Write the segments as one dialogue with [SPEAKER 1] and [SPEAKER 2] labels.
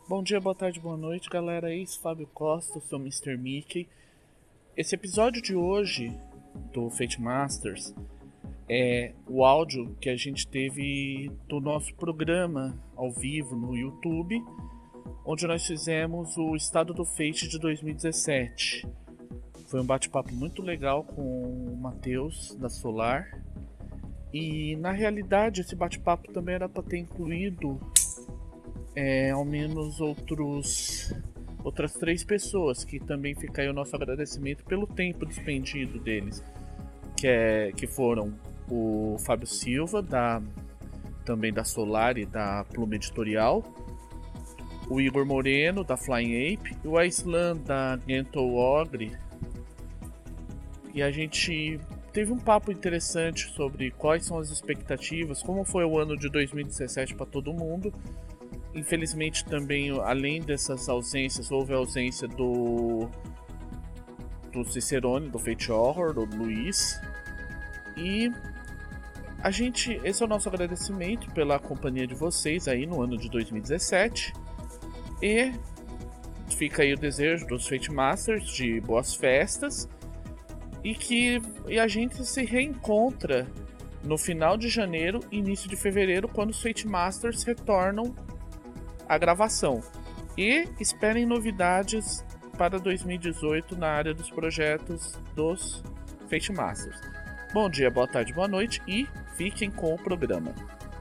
[SPEAKER 1] Bom dia, boa tarde, boa noite, galera. Eis Fábio Costa, sou Mr. Mickey. Esse episódio de hoje do Fate Masters é o áudio que a gente teve do nosso programa ao vivo no YouTube, onde nós fizemos o Estado do Fate de 2017. Foi um bate-papo muito legal com o Matheus da Solar. E na realidade esse bate-papo também era para ter incluído ao menos outras 3 pessoas, que também fica aí o nosso agradecimento pelo tempo despendido deles, que foram o Fábio Silva, também da Solar e da Pluma Editorial, o Igor Moreno, da Flying Ape, e o Aislan, da Gentle Ogre. E a gente teve um papo interessante sobre quais são as expectativas, como foi o ano de 2017 para todo mundo. Infelizmente também, além dessas ausências, houve a ausência do Cicerone, do Fate Horror, do Luiz. E esse é o nosso agradecimento pela companhia de vocês aí no ano de 2017. E fica aí o desejo dos Fate Masters de boas festas. E a gente se reencontra no final de janeiro, início de fevereiro, quando os Fate Masters retornam a gravação. E esperem novidades para 2018 na área dos projetos dos Fate Masters. Bom dia, boa tarde, boa noite e fiquem com o programa.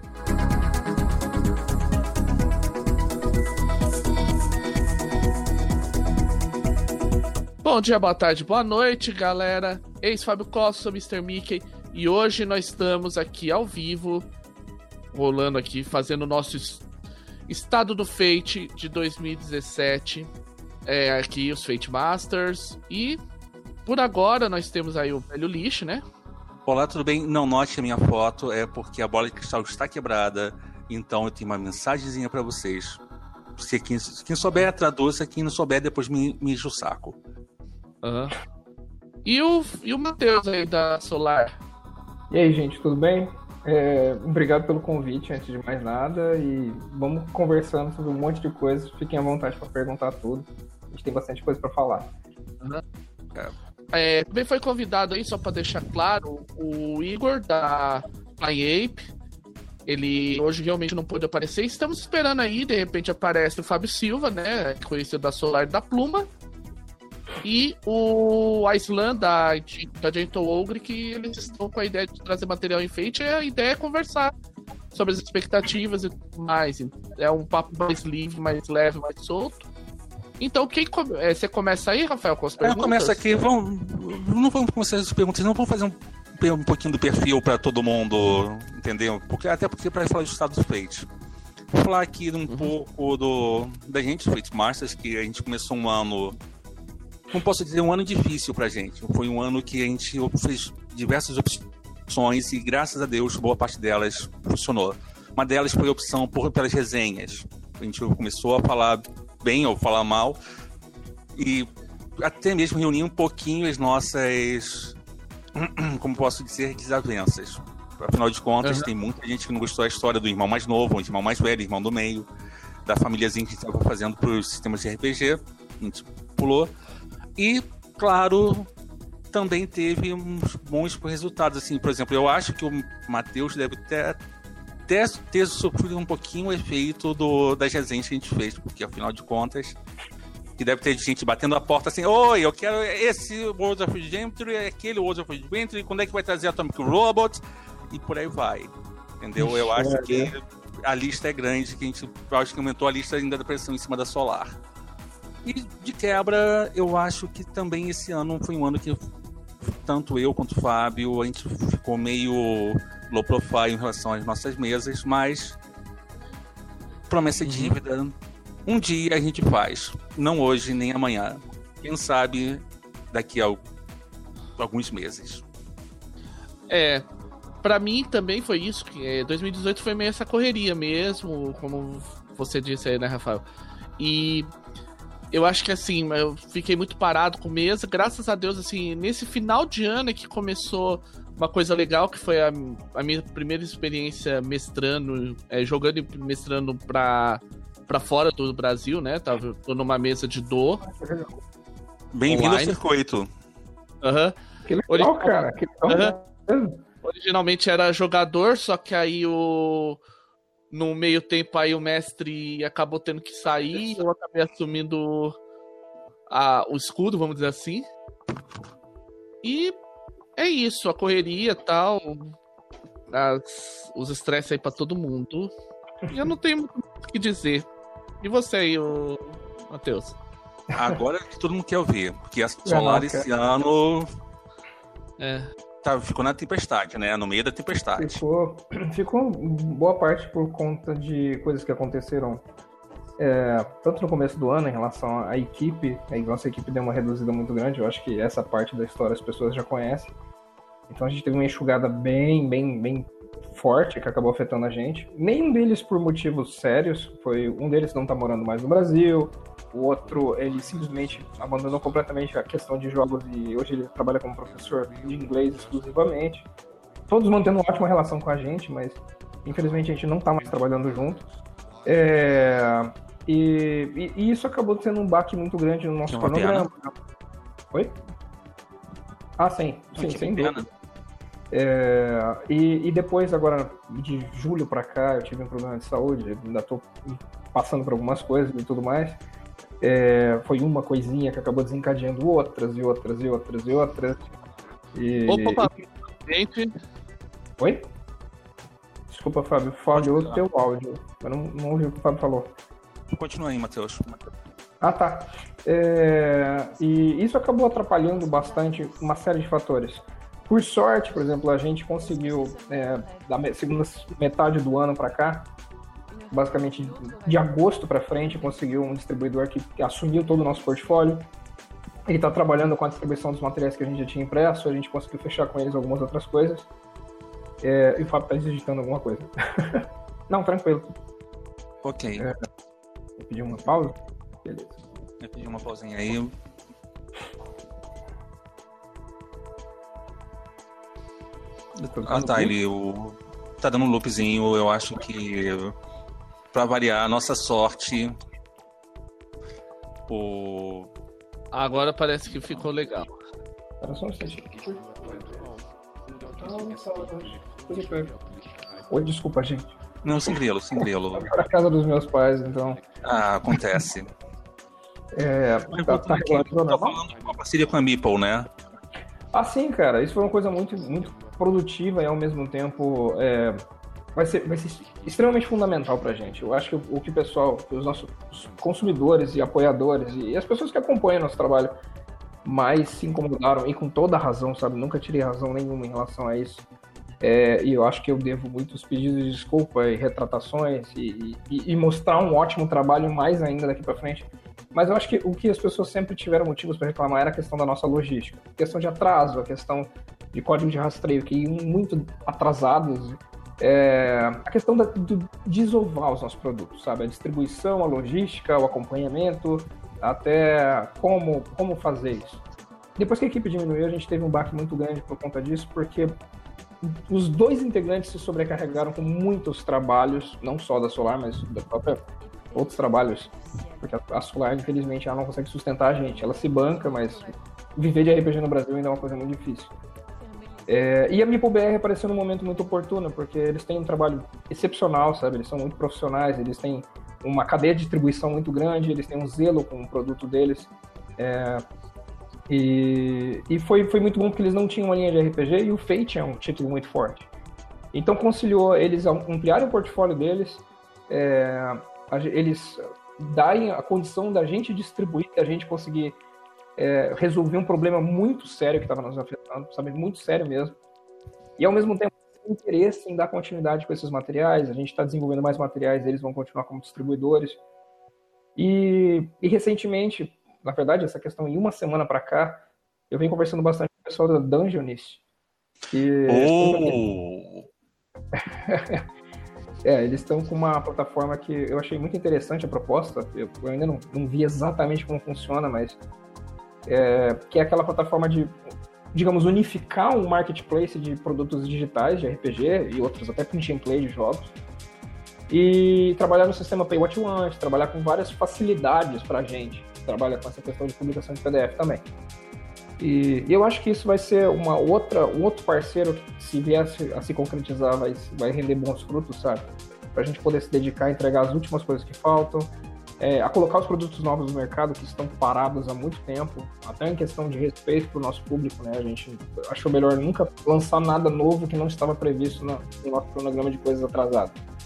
[SPEAKER 1] Bom dia, boa tarde, boa noite, galera. Ex-Fábio Costa, sou Mr. Mickey. E hoje nós estamos aqui ao vivo, rolando aqui, fazendo o nosso Estado do Fate de 2017, aqui os Fate Masters, e por agora nós temos aí o velho lixo, né?
[SPEAKER 2] Olá, tudo bem? Não note a minha foto, é porque a bola de cristal está quebrada, então eu tenho uma mensagenzinha para vocês. Se quem souber, traduza, quem não souber, depois me enche o saco.
[SPEAKER 1] Uhum. E o Matheus aí da Solar?
[SPEAKER 3] E aí, gente, tudo bem? Obrigado pelo convite, antes de mais nada, e vamos conversando sobre um monte de coisas. Fiquem à vontade para perguntar tudo. A gente tem bastante coisa para falar.
[SPEAKER 1] Também foi convidado aí, só para deixar claro, o Igor da Flying Ape. Ele hoje realmente não pôde aparecer. Estamos esperando aí, de repente aparece o Fábio Silva, né, conhecido da Solar e da Pluma. E o Aislan da Gentle Ogre, que eles estão com a ideia de trazer material em Fate. A ideia é conversar sobre as expectativas e tudo mais. É um papo mais livre, mais leve, mais solto. Então, você começa aí, Rafael, com as perguntas?
[SPEAKER 2] Eu começo aqui. Não vamos começar as perguntas, não vamos fazer um pouquinho do perfil para todo mundo, entendeu? Até porque para falar do Estado do Fate. Vou falar aqui um pouco da gente, do Fate Masters, que a gente começou um ano... Não posso dizer um ano difícil pra gente. Foi um ano que a gente fez diversas opções e, graças a Deus, boa parte delas funcionou. Uma delas foi a opção pelas resenhas. A gente começou a falar bem ou falar mal e até mesmo reunir um pouquinho as nossas, como posso dizer, desavenças. Afinal de contas, tem muita gente que não gostou da história do irmão mais novo, o irmão mais velho, o irmão do meio, da famíliazinha que a gente estava fazendo para os sistemas de RPG. A gente pulou. E, claro, também teve uns bons resultados, assim, por exemplo, eu acho que o Matheus deve ter sofrido um pouquinho o efeito das resenhas que a gente fez, porque, afinal de contas, que deve ter gente batendo a porta assim, oi, eu quero esse World of Adventure, aquele World of Adventure, quando é que vai trazer Atomic Robot? E por aí vai, entendeu? Eu acho que a lista é grande, que a gente, eu acho que aumentou a lista ainda da pressão em cima da Solar. E de quebra, eu acho que também esse ano foi um ano que tanto eu quanto o Fábio, a gente ficou meio low profile em relação às nossas mesas, mas promessa e dívida, um dia a gente faz, não hoje nem amanhã, quem sabe daqui a alguns meses.
[SPEAKER 1] Pra mim também foi isso, que 2018 foi meio essa correria mesmo, como você disse aí, né, Rafael? E eu acho que, assim, eu fiquei muito parado com mesa. Graças a Deus, assim, nesse final de ano é que começou uma coisa legal, que foi a minha primeira experiência mestrando, jogando e mestrando pra pra fora do Brasil, né? Tô numa mesa de Dô.
[SPEAKER 2] Bem-vindo ao
[SPEAKER 1] Online.
[SPEAKER 2] circuito.
[SPEAKER 1] Aham.
[SPEAKER 3] Que legal, cara. Que legal.
[SPEAKER 1] Originalmente era jogador, só que aí no meio tempo aí o mestre acabou tendo que sair, eu acabei assumindo o escudo, vamos dizer assim. E é isso, a correria e tal, os estresses aí pra todo mundo. E eu não tenho muito o que dizer. E você aí, Matheus?
[SPEAKER 2] Agora que todo mundo quer ouvir, porque a Solar esse ano ficou na tempestade, né? No meio da tempestade.
[SPEAKER 3] Ficou boa parte por conta de coisas que aconteceram tanto no começo do ano em relação à equipe. A nossa equipe deu uma reduzida muito grande. Eu acho que essa parte da história as pessoas já conhecem. Então a gente teve uma enxugada bem forte que acabou afetando a gente. Nenhum deles por motivos sérios. Um deles não tá morando mais no Brasil. O outro, ele simplesmente abandonou completamente a questão de jogos e hoje ele trabalha como professor de inglês exclusivamente. Todos mantendo uma ótima relação com a gente, mas infelizmente a gente não tá mais trabalhando junto. E isso acabou sendo um baque muito grande no nosso cronograma. Oi? Ah, sim, sem dúvida. E depois, agora, de julho pra cá, eu tive um problema de saúde, ainda tô passando por algumas coisas e tudo mais. Foi uma coisinha que acabou desencadeando outras.
[SPEAKER 1] Opa, gente.
[SPEAKER 3] Oi? Desculpa, Fábio, falhou o teu áudio. Eu não ouvi o que o Fábio falou.
[SPEAKER 2] Continua aí, Matheus.
[SPEAKER 3] Ah, tá. E isso acabou atrapalhando bastante uma série de fatores. Por sorte, por exemplo, a gente conseguiu, da segunda metade do ano para cá, basicamente de agosto para frente, conseguiu um distribuidor que assumiu todo o nosso portfólio. Ele está trabalhando com a distribuição dos materiais que a gente já tinha impresso, a gente conseguiu fechar com eles algumas outras coisas. E o Fábio está digitando alguma coisa. Não, tranquilo.
[SPEAKER 2] Ok.
[SPEAKER 3] Vou pedir uma pausa? Beleza.
[SPEAKER 2] Eu pedi uma pausinha aí. Tá, ele tá dando um loopzinho, eu acho que pra variar a nossa sorte.
[SPEAKER 1] Agora parece que ficou legal.
[SPEAKER 3] Era só um instante. Oi, desculpa, gente.
[SPEAKER 2] Não, sem grelo.
[SPEAKER 3] Pra casa dos meus pais, então.
[SPEAKER 2] Acontece.
[SPEAKER 3] Tá
[SPEAKER 2] falando de uma parceria com a Meeple, né?
[SPEAKER 3] Ah, sim, cara. Isso foi uma coisa muito, muito produtiva e ao mesmo tempo vai ser extremamente fundamental pra gente. Eu acho que o que o pessoal, os nossos consumidores e apoiadores e as pessoas que acompanham nosso trabalho mais se incomodaram, e com toda a razão, sabe? Nunca tirei razão nenhuma em relação a isso. E eu acho que eu devo muitos pedidos de desculpa e retratações e mostrar um ótimo trabalho mais ainda daqui pra frente. Mas eu acho que o que as pessoas sempre tiveram motivos para reclamar era a questão da nossa logística. A questão de atraso, a questão de código de rastreio, que iam muito atrasados. A questão de desovar os nossos produtos, sabe? A distribuição, a logística, o acompanhamento, até como fazer isso. Depois que a equipe diminuiu, a gente teve um baque muito grande por conta disso, porque os dois integrantes se sobrecarregaram com muitos trabalhos, não só da Solar, mas da própria outros trabalhos, porque a Solar, infelizmente, ela não consegue sustentar a gente. Ela se banca, mas viver de RPG no Brasil ainda é uma coisa muito difícil. E a MeepleBR apareceu num momento muito oportuno, porque eles têm um trabalho excepcional, sabe? Eles são muito profissionais, eles têm uma cadeia de distribuição muito grande, eles têm um zelo com o produto deles. E foi muito bom porque eles não tinham uma linha de RPG e o Fate é um título muito forte. Então conciliou eles ampliarem o portfólio deles, eles darem a condição da gente distribuir, da gente conseguir resolver um problema muito sério que estava nos afetando, sabe? Muito sério mesmo. E ao mesmo tempo, interesse em dar continuidade com esses materiais, a gente está desenvolvendo mais materiais, eles vão continuar como distribuidores. E recentemente, na verdade, essa questão, em uma semana para cá, eu venho conversando bastante com o pessoal da Dungeonist. Eles estão com uma plataforma que eu achei muito interessante a proposta. Eu ainda não vi exatamente como funciona, mas que é aquela plataforma de, digamos, unificar um marketplace de produtos digitais de RPG e outros até print and play de jogos. e trabalhar no sistema Pay What You Want, trabalhar com várias facilidades para a gente, trabalha com essa questão de publicação de PDF também. E eu acho que isso vai ser um outro parceiro que, se vier a se concretizar, vai render bons frutos, sabe? Para a gente poder se dedicar a entregar as últimas coisas que faltam, a colocar os produtos novos no mercado que estão parados há muito tempo, até em questão de respeito para o nosso público, né? A gente achou melhor nunca lançar nada novo que não estava previsto no nosso cronograma de coisas atrasadas.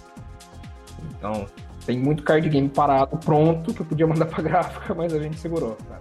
[SPEAKER 3] Então, tem muito card game parado, pronto, que eu podia mandar para gráfica, mas a gente segurou, né?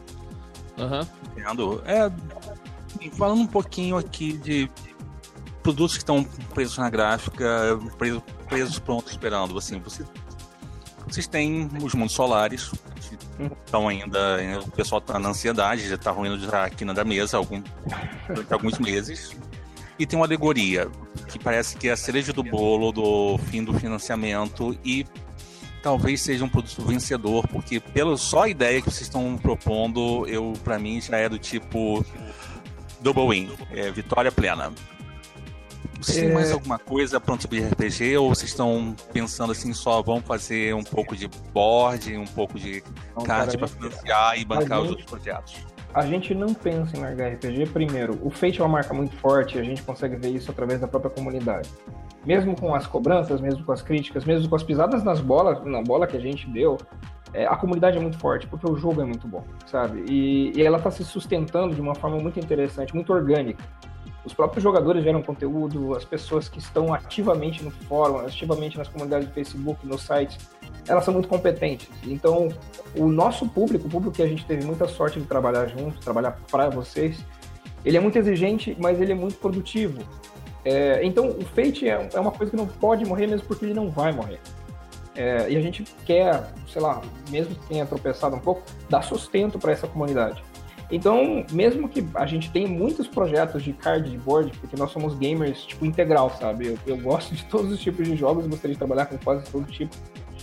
[SPEAKER 2] Entendo. Falando um pouquinho aqui de produtos que estão presos na gráfica, presos prontos, esperando, assim, vocês têm os mundos solares, que estão ainda, o pessoal está na ansiedade, já está ruindo já aqui na mesa durante alguns meses. E tem uma alegoria, que parece que é a cereja do bolo do fim do financiamento e talvez seja um produto vencedor, porque pela só a ideia que vocês estão propondo, para mim já é do tipo double win, vitória plena. Vocês têm mais alguma coisa pronta de RPG ou vocês estão pensando assim, só vamos fazer um pouco de board, um pouco de card para financiar e bancar os outros projetos?
[SPEAKER 3] A gente não pensa em largar RPG. Primeiro, o Fate é uma marca muito forte e a gente consegue ver isso através da própria comunidade. Mesmo com as cobranças, mesmo com as críticas, mesmo com as pisadas na bola que a gente deu, a comunidade é muito forte, porque o jogo é muito bom, sabe? E ela está se sustentando de uma forma muito interessante, muito orgânica. Os próprios jogadores geram conteúdo, as pessoas que estão ativamente no fórum, ativamente nas comunidades do Facebook, nos sites, elas são muito competentes. Então, o nosso público, o público que a gente teve muita sorte de trabalhar junto, trabalhar para vocês, ele é muito exigente, mas ele é muito produtivo. Então, o Fate é uma coisa que não pode morrer mesmo porque ele não vai morrer. E a gente quer, sei lá, mesmo que tenha tropeçado um pouco, dar sustento para essa comunidade. Então, mesmo que a gente tenha muitos projetos de card, de board, porque nós somos gamers, tipo, integral, sabe? Eu gosto de todos os tipos de jogos, gostaria de trabalhar com quase todo tipo.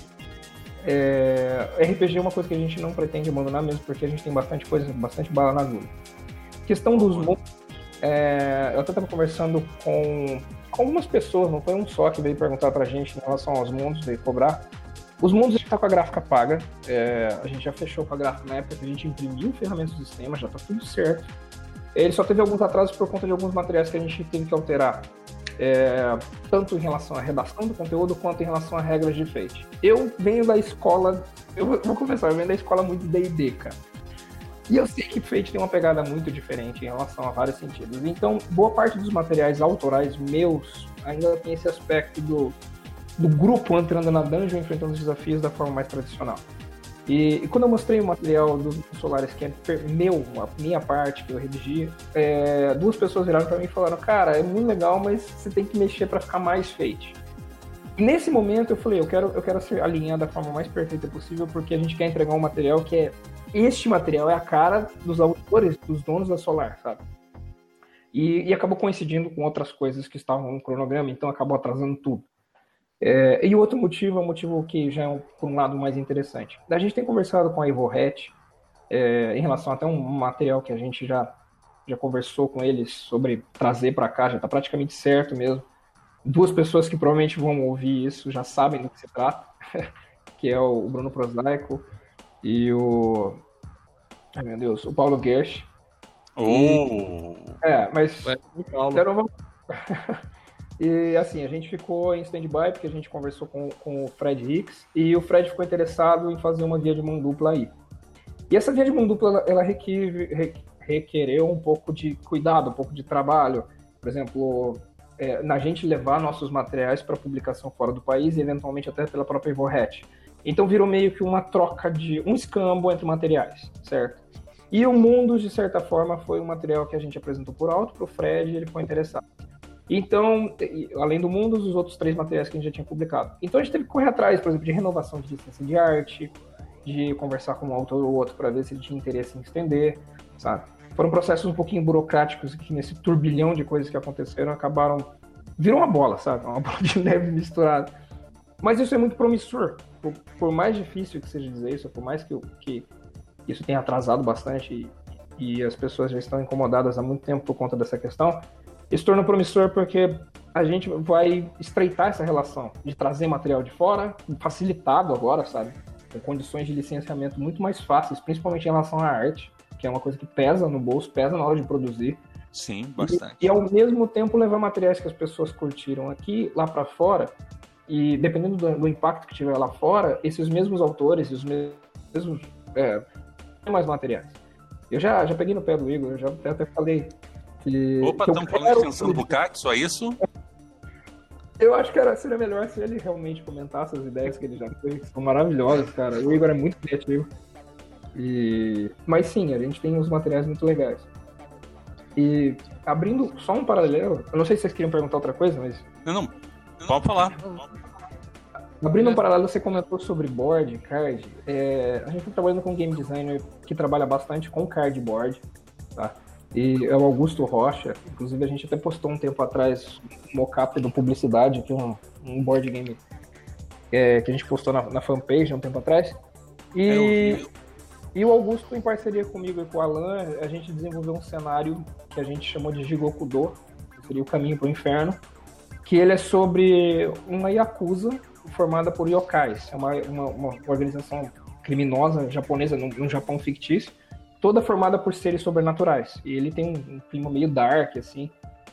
[SPEAKER 3] RPG é uma coisa que a gente não pretende abandonar mesmo, porque a gente tem bastante coisa, bastante bala na agulha. Questão dos mundos, eu até estava conversando com algumas pessoas, não foi um só que veio perguntar pra gente em relação aos mundos, veio cobrar. Os mundos a gente tá com a gráfica paga, a gente já fechou com a gráfica na época que a gente imprimiu ferramentas do sistema, já tá tudo certo. Ele só teve alguns atrasos por conta de alguns materiais que a gente teve que alterar, tanto em relação à redação do conteúdo quanto em relação a regras de Fate. Eu venho da escola, eu vou confessar, eu venho da escola muito D&D, cara. E eu sei que Fate tem uma pegada muito diferente em relação a vários sentidos. Então, boa parte dos materiais autorais meus ainda tem esse aspecto do grupo entrando na dungeon, enfrentando os desafios da forma mais tradicional. E quando eu mostrei o material dos Solaris, que é a minha parte, que eu redigi, duas pessoas viraram para mim e falaram: cara, é muito legal, mas você tem que mexer para ficar mais Fate. E nesse momento eu falei, eu quero ser alinhado da forma mais perfeita possível, porque a gente quer entregar um material que este material é a cara dos autores, dos donos da Solar, sabe? E acabou coincidindo com outras coisas que estavam no cronograma, então acabou atrasando tudo. E o outro motivo é um motivo que já é por um lado mais interessante. A gente tem conversado com a Evohet em relação até um material que a gente já conversou com eles sobre trazer para cá, já está praticamente certo mesmo. Duas pessoas que provavelmente vão ouvir isso já sabem do que se trata, que é o Bruno Prosaico e o Paulo Gersh. Mas e assim, a gente ficou em stand-by porque a gente conversou com o Fred Hicks e o Fred ficou interessado em fazer uma via de mão dupla aí. E essa via de mão dupla, ela requereu um pouco de cuidado, um pouco de trabalho. Por exemplo, na gente levar nossos materiais para publicação fora do país e eventualmente até pela própria Evohet. Então virou meio que uma troca de um escambo entre materiais, certo? E o Mundos, de certa forma, foi um material que a gente apresentou por alto para o Fred e ele ficou interessado. Então, além do Mundos, os outros 3 materiais que a gente já tinha publicado. Então a gente teve que correr atrás, por exemplo, de renovação de licença de arte, de conversar com um autor ou outro para ver se ele tinha interesse em estender, sabe? Foram processos um pouquinho burocráticos que nesse turbilhão de coisas que aconteceram virou uma bola, sabe? Uma bola de neve misturada. Mas isso é muito promissor. Por mais difícil que seja dizer isso, por mais que isso tenha atrasado bastante e as pessoas já estão incomodadas há muito tempo por conta dessa questão, Isso torna promissor porque a gente vai estreitar essa relação de trazer material de fora, facilitado agora, sabe? Com condições de licenciamento muito mais fáceis, principalmente em relação à arte, que é uma coisa que pesa no bolso, pesa na hora de produzir.
[SPEAKER 2] Sim, bastante.
[SPEAKER 3] E ao mesmo tempo levar materiais que as pessoas curtiram aqui, lá para fora, e dependendo do impacto que tiver lá fora, esses mesmos autores, os mesmos tem mais materiais. Eu já peguei no pé do Igor, eu já até falei que...
[SPEAKER 2] Opa, estamos falando de extensão do CAC, só isso?
[SPEAKER 3] Eu acho que seria melhor se ele realmente comentasse as ideias que ele já fez, que são maravilhosas, cara. O Igor é muito criativo. Mas sim, a gente tem uns materiais muito legais. E abrindo só um paralelo, eu não sei se vocês queriam perguntar outra coisa, mas...
[SPEAKER 2] Não, pode falar.
[SPEAKER 3] Abrindo um paralelo, você comentou sobre board, card. A gente está trabalhando com um game designer que trabalha bastante com cardboard, tá? E é o Augusto Rocha. Inclusive, a gente até postou um tempo atrás um mockup do Publicidade, que é um board game que a gente postou na fanpage um tempo atrás. E o Augusto, em parceria comigo e com o Alan, a gente desenvolveu um cenário que a gente chamou de Jigokudo, que seria o caminho para o inferno, que ele é sobre uma yakuza formada por yokais. É uma organização criminosa japonesa, num Japão fictício, toda formada por seres sobrenaturais. E ele tem um clima meio dark, assim.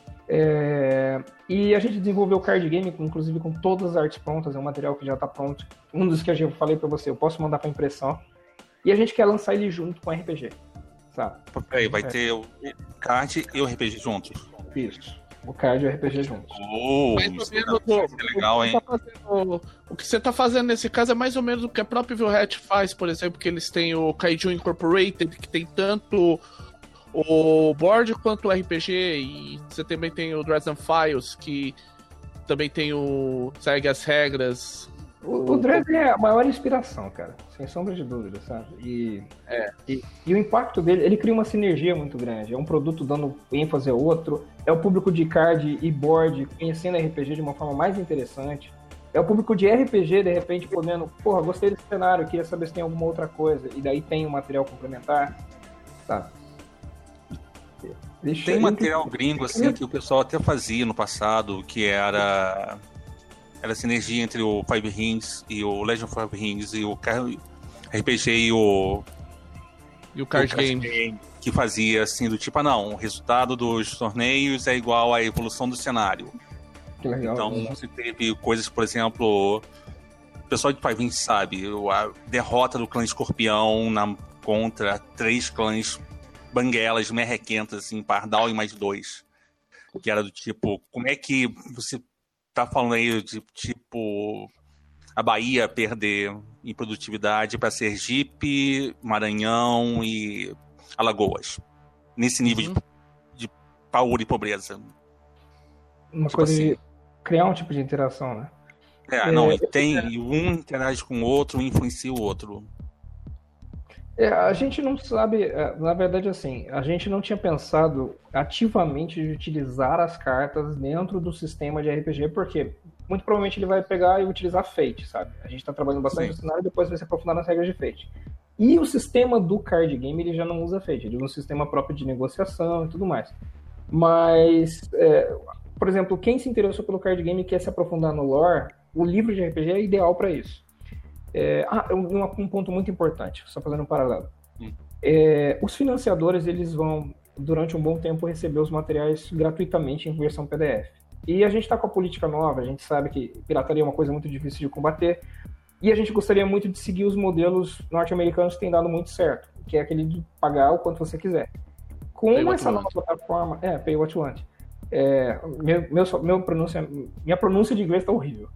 [SPEAKER 3] E a gente desenvolveu o card game, inclusive com todas as artes prontas, é um material que já está pronto. Um dos que eu falei para você, eu posso mandar para impressão. E a gente quer lançar ele junto com o RPG, sabe?
[SPEAKER 2] Aí vai ter o card e o RPG juntos.
[SPEAKER 3] Isso. O card e o RPG juntos.
[SPEAKER 1] Mais ou menos
[SPEAKER 2] legal, hein?
[SPEAKER 1] O que você tá fazendo nesse caso é mais ou menos o que a própria Evil Hat faz, por exemplo, que eles têm o Kaiju Incorporated, que tem tanto o board quanto o RPG, e você também tem o Dresden Files, que também tem segue as regras.
[SPEAKER 3] O Dresden é a maior inspiração, cara, sem sombra de dúvida, sabe? E o impacto dele, ele cria uma sinergia muito grande. É um produto dando ênfase ao outro, é o público de card e board conhecendo RPG de uma forma mais interessante, é o público de RPG, de repente, podendo, porra, gostei desse cenário, queria saber se tem alguma outra coisa, e daí tem um material complementar, sabe?
[SPEAKER 2] Tem material gringo, assim, que o pessoal até fazia no passado, que era a sinergia entre o Five Rings e o Legend of Five Rings e o RPG e o
[SPEAKER 1] Card Game.
[SPEAKER 2] Que fazia assim, do tipo, o resultado dos torneios é igual à evolução do cenário.
[SPEAKER 3] Que legal.
[SPEAKER 2] Então, você teve coisas, por exemplo, o pessoal de Five Rings sabe, a derrota do clã Escorpião contra 3 clãs banguelas, merrequentas, assim, Pardal e mais 2. Que era do tipo, como é que você tá falando aí de tipo a Bahia perder em produtividade para Sergipe, Maranhão e Alagoas, nesse nível de paura e pobreza.
[SPEAKER 3] Uma tipo coisa assim, de criar um tipo de interação, né?
[SPEAKER 2] E um interage com o outro, um influencia o outro.
[SPEAKER 3] A gente não sabe, na verdade, assim, a gente não tinha pensado ativamente de utilizar as cartas dentro do sistema de RPG, porque muito provavelmente ele vai pegar e utilizar Fate, sabe? A gente tá trabalhando bastante no cenário e depois vai se aprofundar nas regras de Fate. E o sistema do card game, ele já não usa Fate, ele usa um sistema próprio de negociação e tudo mais. Mas, por exemplo, quem se interessou pelo card game e quer se aprofundar no lore, o livro de RPG é ideal para isso. Um ponto muito importante, só fazendo um paralelo. Os financiadores, eles vão, durante um bom tempo, receber os materiais gratuitamente em versão PDF. E a gente está com a política nova, a gente sabe que pirataria é uma coisa muito difícil de combater, e a gente gostaria muito de seguir os modelos norte-americanos que têm dado muito certo, que é aquele de pagar o quanto você quiser. Com essa nova plataforma... Pay what you want. Minha pronúncia de inglês está horrível.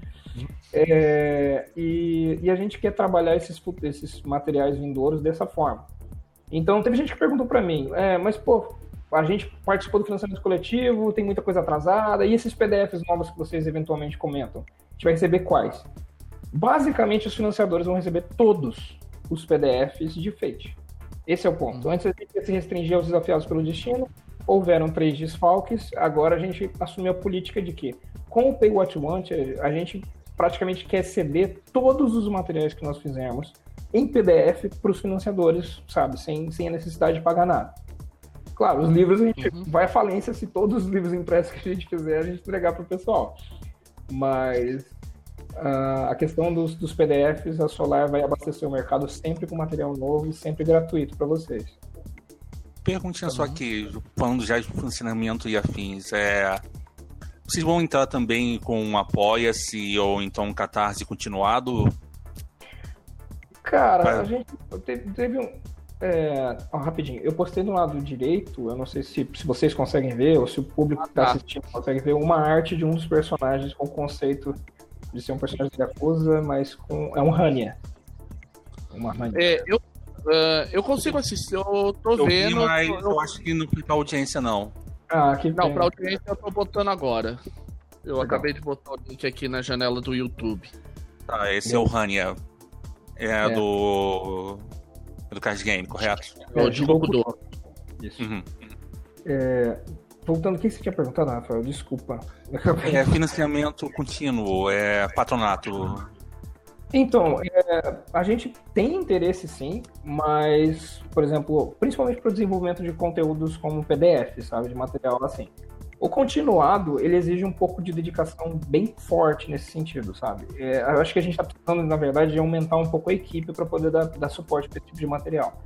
[SPEAKER 3] E a gente quer trabalhar esses materiais vindouros dessa forma. Então, teve gente que perguntou para mim, mas, pô, a gente participou do financiamento coletivo, tem muita coisa atrasada, e esses PDFs novos que vocês eventualmente comentam, a gente vai receber quais? Basicamente, os financiadores vão receber todos os PDFs de Fate. Esse é o ponto. Antes a gente ia se restringir aos desafiados pelo destino, houveram 3 desfalques, agora a gente assumiu a política de que, com o Pay What You Want, a gente praticamente quer ceder todos os materiais que nós fizemos em PDF para os financiadores, sabe, sem a necessidade de pagar nada. Claro, os livros a gente vai à falência se todos os livros impressos que a gente fizer, a gente entregar para o pessoal. Mas a questão dos PDFs, a Solar vai abastecer o mercado sempre com material novo e sempre gratuito para vocês.
[SPEAKER 2] Perguntinha só aqui, falando já de funcionamento e afins, vocês vão entrar também com um Apoia-se ou então um Catarse continuado?
[SPEAKER 3] Cara, a gente teve um... rapidinho, eu postei do lado direito, eu não sei se vocês conseguem ver, ou se o público que está assistindo consegue ver, uma arte de um dos personagens com o conceito de ser um personagem de Yakuza, mas é um Hania. Uma Hania.
[SPEAKER 1] Eu consigo assistir, eu tô vendo.
[SPEAKER 2] Mas eu acho que não foi pra audiência, não.
[SPEAKER 1] Não, pra audiência eu tô botando agora. Eu acabei de botar o link aqui na janela do YouTube.
[SPEAKER 2] Tá, esse é o Hania. Do Card Game, correto?
[SPEAKER 1] De Goku.
[SPEAKER 3] Isso. Voltando, o que você tinha perguntado, Rafael? Desculpa.
[SPEAKER 2] Financiamento contínuo, patronato.
[SPEAKER 3] Então, a gente tem interesse sim, mas, por exemplo, principalmente para o desenvolvimento de conteúdos como PDF, sabe, de material assim. O continuado, ele exige um pouco de dedicação bem forte nesse sentido, sabe? Eu acho que a gente está precisando, na verdade, de aumentar um pouco a equipe para poder dar suporte para esse tipo de material.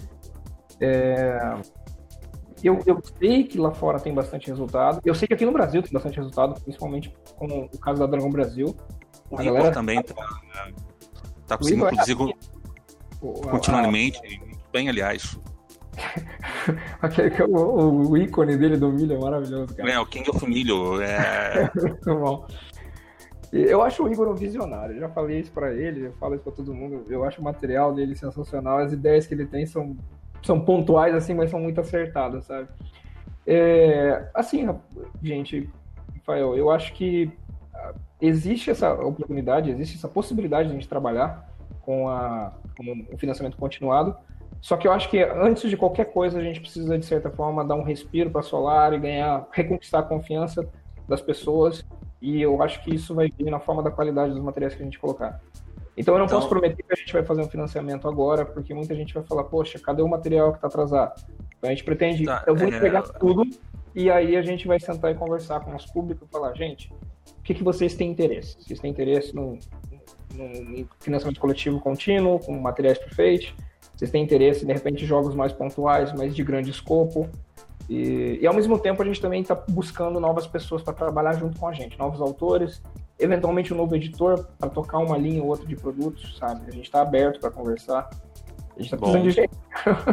[SPEAKER 3] Eu sei que lá fora tem bastante resultado. Eu sei que aqui no Brasil tem bastante resultado, principalmente com o caso da Dragão Brasil.
[SPEAKER 2] O Igor também tá conseguindo produzir continuamente, bem, aliás.
[SPEAKER 3] Aquele que o ícone dele do milho é maravilhoso, cara.
[SPEAKER 2] O King of Milho.
[SPEAKER 3] Muito bom. Eu acho o Igor um visionário. Eu já falei isso pra ele, eu falo isso pra todo mundo. Eu acho o material dele sensacional. As ideias que ele tem são pontuais, assim, mas são muito acertadas, sabe? Assim, gente, Rafael, eu acho que existe essa oportunidade, existe essa possibilidade de a gente trabalhar com o financiamento continuado, só que eu acho que antes de qualquer coisa a gente precisa, de certa forma, dar um respiro para a Solar e reconquistar a confiança das pessoas, e eu acho que isso vai vir na forma da qualidade dos materiais que a gente colocar. Então eu não posso prometer que a gente vai fazer um financiamento agora, porque muita gente vai falar, poxa, cadê o material que está atrasado? Então a gente pretende, eu vou entregar tudo, e aí a gente vai sentar e conversar com o nosso público e falar, gente, o que vocês têm interesse? Vocês têm interesse no financiamento coletivo contínuo, com materiais perfeitos? Vocês têm interesse, de repente, em jogos mais pontuais, mas de grande escopo? E ao mesmo tempo, a gente também está buscando novas pessoas para trabalhar junto com a gente, novos autores, eventualmente um novo editor para tocar uma linha ou outra de produtos, sabe? A gente está aberto para conversar. A gente está precisando de gente.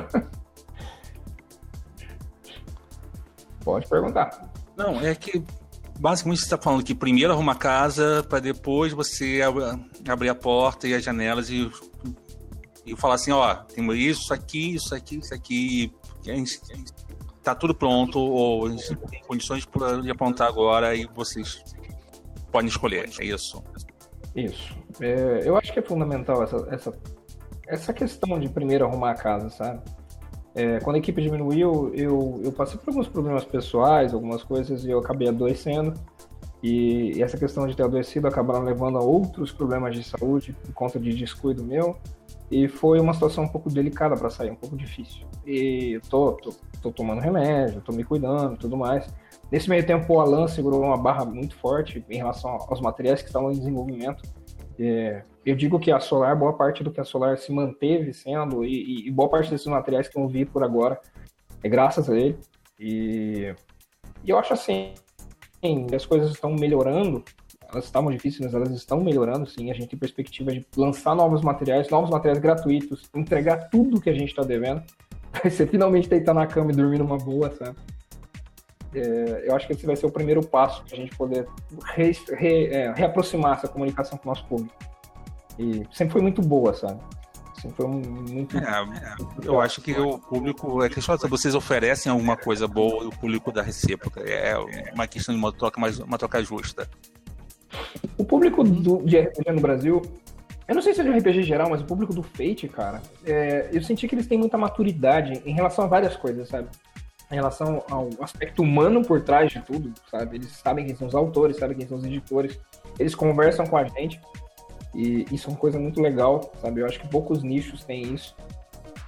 [SPEAKER 3] Pode perguntar.
[SPEAKER 2] Não, é que basicamente você está falando que primeiro arruma a casa para depois você abrir a porta e as janelas e falar assim, tem isso aqui, tá tudo pronto, ou a gente tem condições de apontar agora e vocês podem escolher, é isso?
[SPEAKER 3] Isso. Eu acho que é fundamental essa questão de primeiro arrumar a casa, sabe? Quando a equipe diminuiu, eu passei por alguns problemas pessoais, algumas coisas, e eu acabei adoecendo. E essa questão de ter adoecido acabaram levando a outros problemas de saúde por conta de descuido meu. E foi uma situação um pouco delicada para sair, um pouco difícil. E eu tô tomando remédio, tô me cuidando e tudo mais. Nesse meio tempo, o Alan segurou uma barra muito forte em relação aos materiais que estavam em desenvolvimento. Eu digo que a Solar, boa parte do que a Solar se manteve sendo, e boa parte desses materiais que eu vi por agora, é graças a ele. E eu acho assim, as coisas estão melhorando, elas estavam difíceis, mas elas estão melhorando, sim. A gente tem perspectiva de lançar novos materiais gratuitos, entregar tudo que a gente está devendo. Você finalmente deitar na cama e dormir numa boa, sabe? Eu acho que esse vai ser o primeiro passo para a gente poder reaproximar essa comunicação com o nosso público. E sempre foi muito boa, sabe? Sempre foi muito...
[SPEAKER 2] eu acho que o público... É questão de vocês oferecem alguma coisa boa e o público dá recíproca. É uma questão de uma troca justa.
[SPEAKER 3] O público de RPG no Brasil, eu não sei se é de RPG geral, mas o público do Fate, cara, eu senti que eles têm muita maturidade em relação a várias coisas, sabe? Em relação ao aspecto humano por trás de tudo, sabe? Eles sabem quem são os autores, sabem quem são os editores, eles conversam com a gente, e isso é uma coisa muito legal, sabe? Eu acho que poucos nichos têm isso.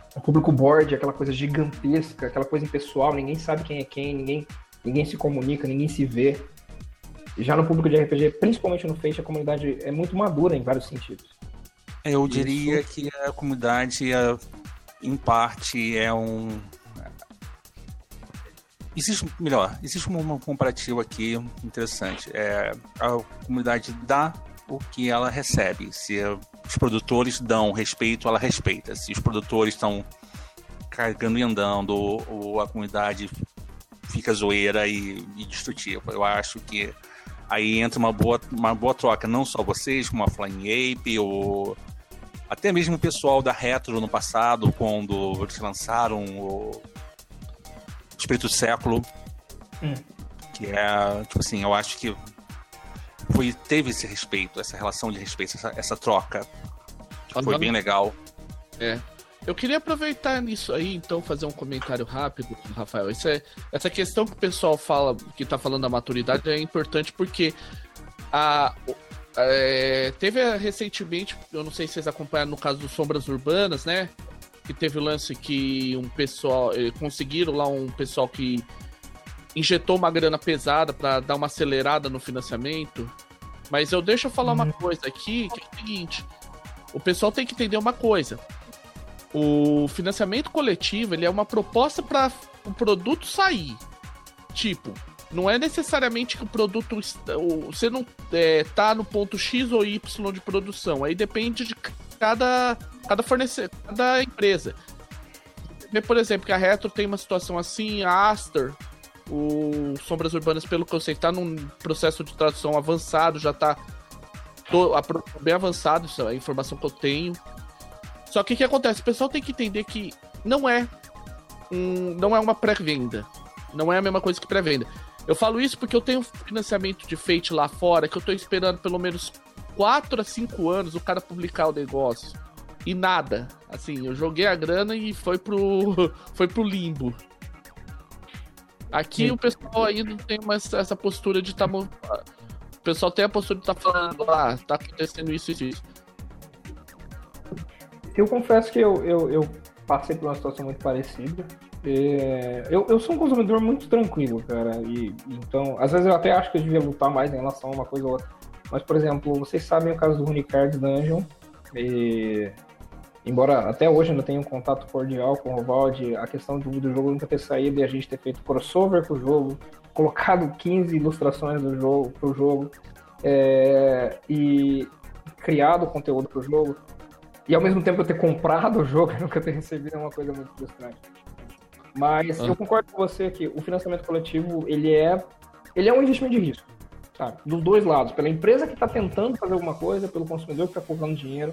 [SPEAKER 3] o público board, aquela coisa gigantesca, aquela coisa impessoal, ninguém sabe quem é quem, ninguém se comunica, ninguém se vê. E já no público de RPG, principalmente no Fate, a comunidade é muito madura em vários sentidos.
[SPEAKER 2] Eu diria que a comunidade, em parte, existe um comparativo aqui interessante. A comunidade dá o que ela recebe. Se os produtores dão respeito, ela respeita. Se os produtores estão carregando e andando, ou a comunidade fica zoeira e destrutiva. Eu acho que aí entra uma boa troca, não só vocês, como a Flying Ape, ou até mesmo o pessoal da Retro no passado, quando eles lançaram o Espírito do Século, que tipo assim, eu acho que teve esse respeito, essa relação de respeito, essa troca, que foi bem legal.
[SPEAKER 1] Eu queria aproveitar nisso aí, então, fazer um comentário rápido, Rafael. Essa questão que o pessoal fala, que tá falando da maturidade, é importante porque teve recentemente, eu não sei se vocês acompanharam no caso do Sombras Urbanas, né? Que teve o lance que um pessoal, conseguiram lá um pessoal que injetou uma grana pesada para dar uma acelerada no financiamento. Mas deixa eu falar uma coisa aqui, que é o seguinte: o pessoal tem que entender uma coisa. O financiamento coletivo, ele é uma proposta para o produto sair. Tipo, não é necessariamente que o produto, você não tá no ponto X ou Y de produção. Aí depende de cada fornecedor, cada empresa. Por exemplo, que a Retro tem uma situação assim, a Aster, o Sombras Urbanas, pelo que eu sei, tá num processo de tradução avançado, já tá bem avançado, isso é a informação que eu tenho. Só que o que acontece? O pessoal tem que entender que não é uma pré-venda. Não é a mesma coisa que pré-venda. Eu falo isso porque eu tenho financiamento de Fate lá fora, que eu tô esperando pelo menos 4 a 5 anos o cara publicar o negócio. E nada. Assim, eu joguei a grana e foi pro limbo. Aqui o pessoal aí não tem mais essa postura de o pessoal tem a postura de falando, tá acontecendo isso e isso.
[SPEAKER 3] Eu confesso que eu passei por uma situação muito parecida. Eu sou um consumidor muito tranquilo, cara. Então, às vezes eu até acho que eu devia lutar mais em relação a uma coisa ou outra. Mas, por exemplo, vocês sabem o caso do Runicards Dungeon. Embora até hoje ainda tenha um contato cordial com o Rovaldi, a questão do jogo nunca ter saído e a gente ter feito crossover com o jogo, colocado 15 ilustrações pro jogo, e criado conteúdo pro jogo. E ao mesmo tempo eu ter comprado o jogo e nunca ter recebido é uma coisa muito frustrante. Mas eu concordo com você que o financiamento coletivo, ele é um investimento de risco, sabe? Dos dois lados. Pela empresa que está tentando fazer alguma coisa, pelo consumidor que está colocando dinheiro.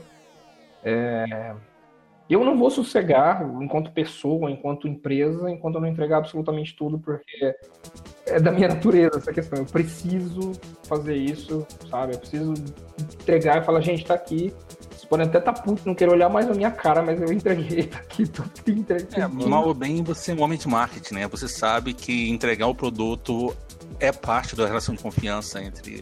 [SPEAKER 3] Eu não vou sossegar enquanto pessoa, enquanto empresa, enquanto eu não entregar absolutamente tudo, porque é da minha natureza essa questão. Eu preciso fazer isso, sabe? Eu preciso entregar e falar, gente, tá aqui. Vocês podem até estar puto, não querer olhar mais na minha cara, mas eu entreguei, tá aqui, entreguei.
[SPEAKER 2] Mal ou bem, você é um homem de marketing, né? Você sabe que entregar o produto é parte da relação de confiança entre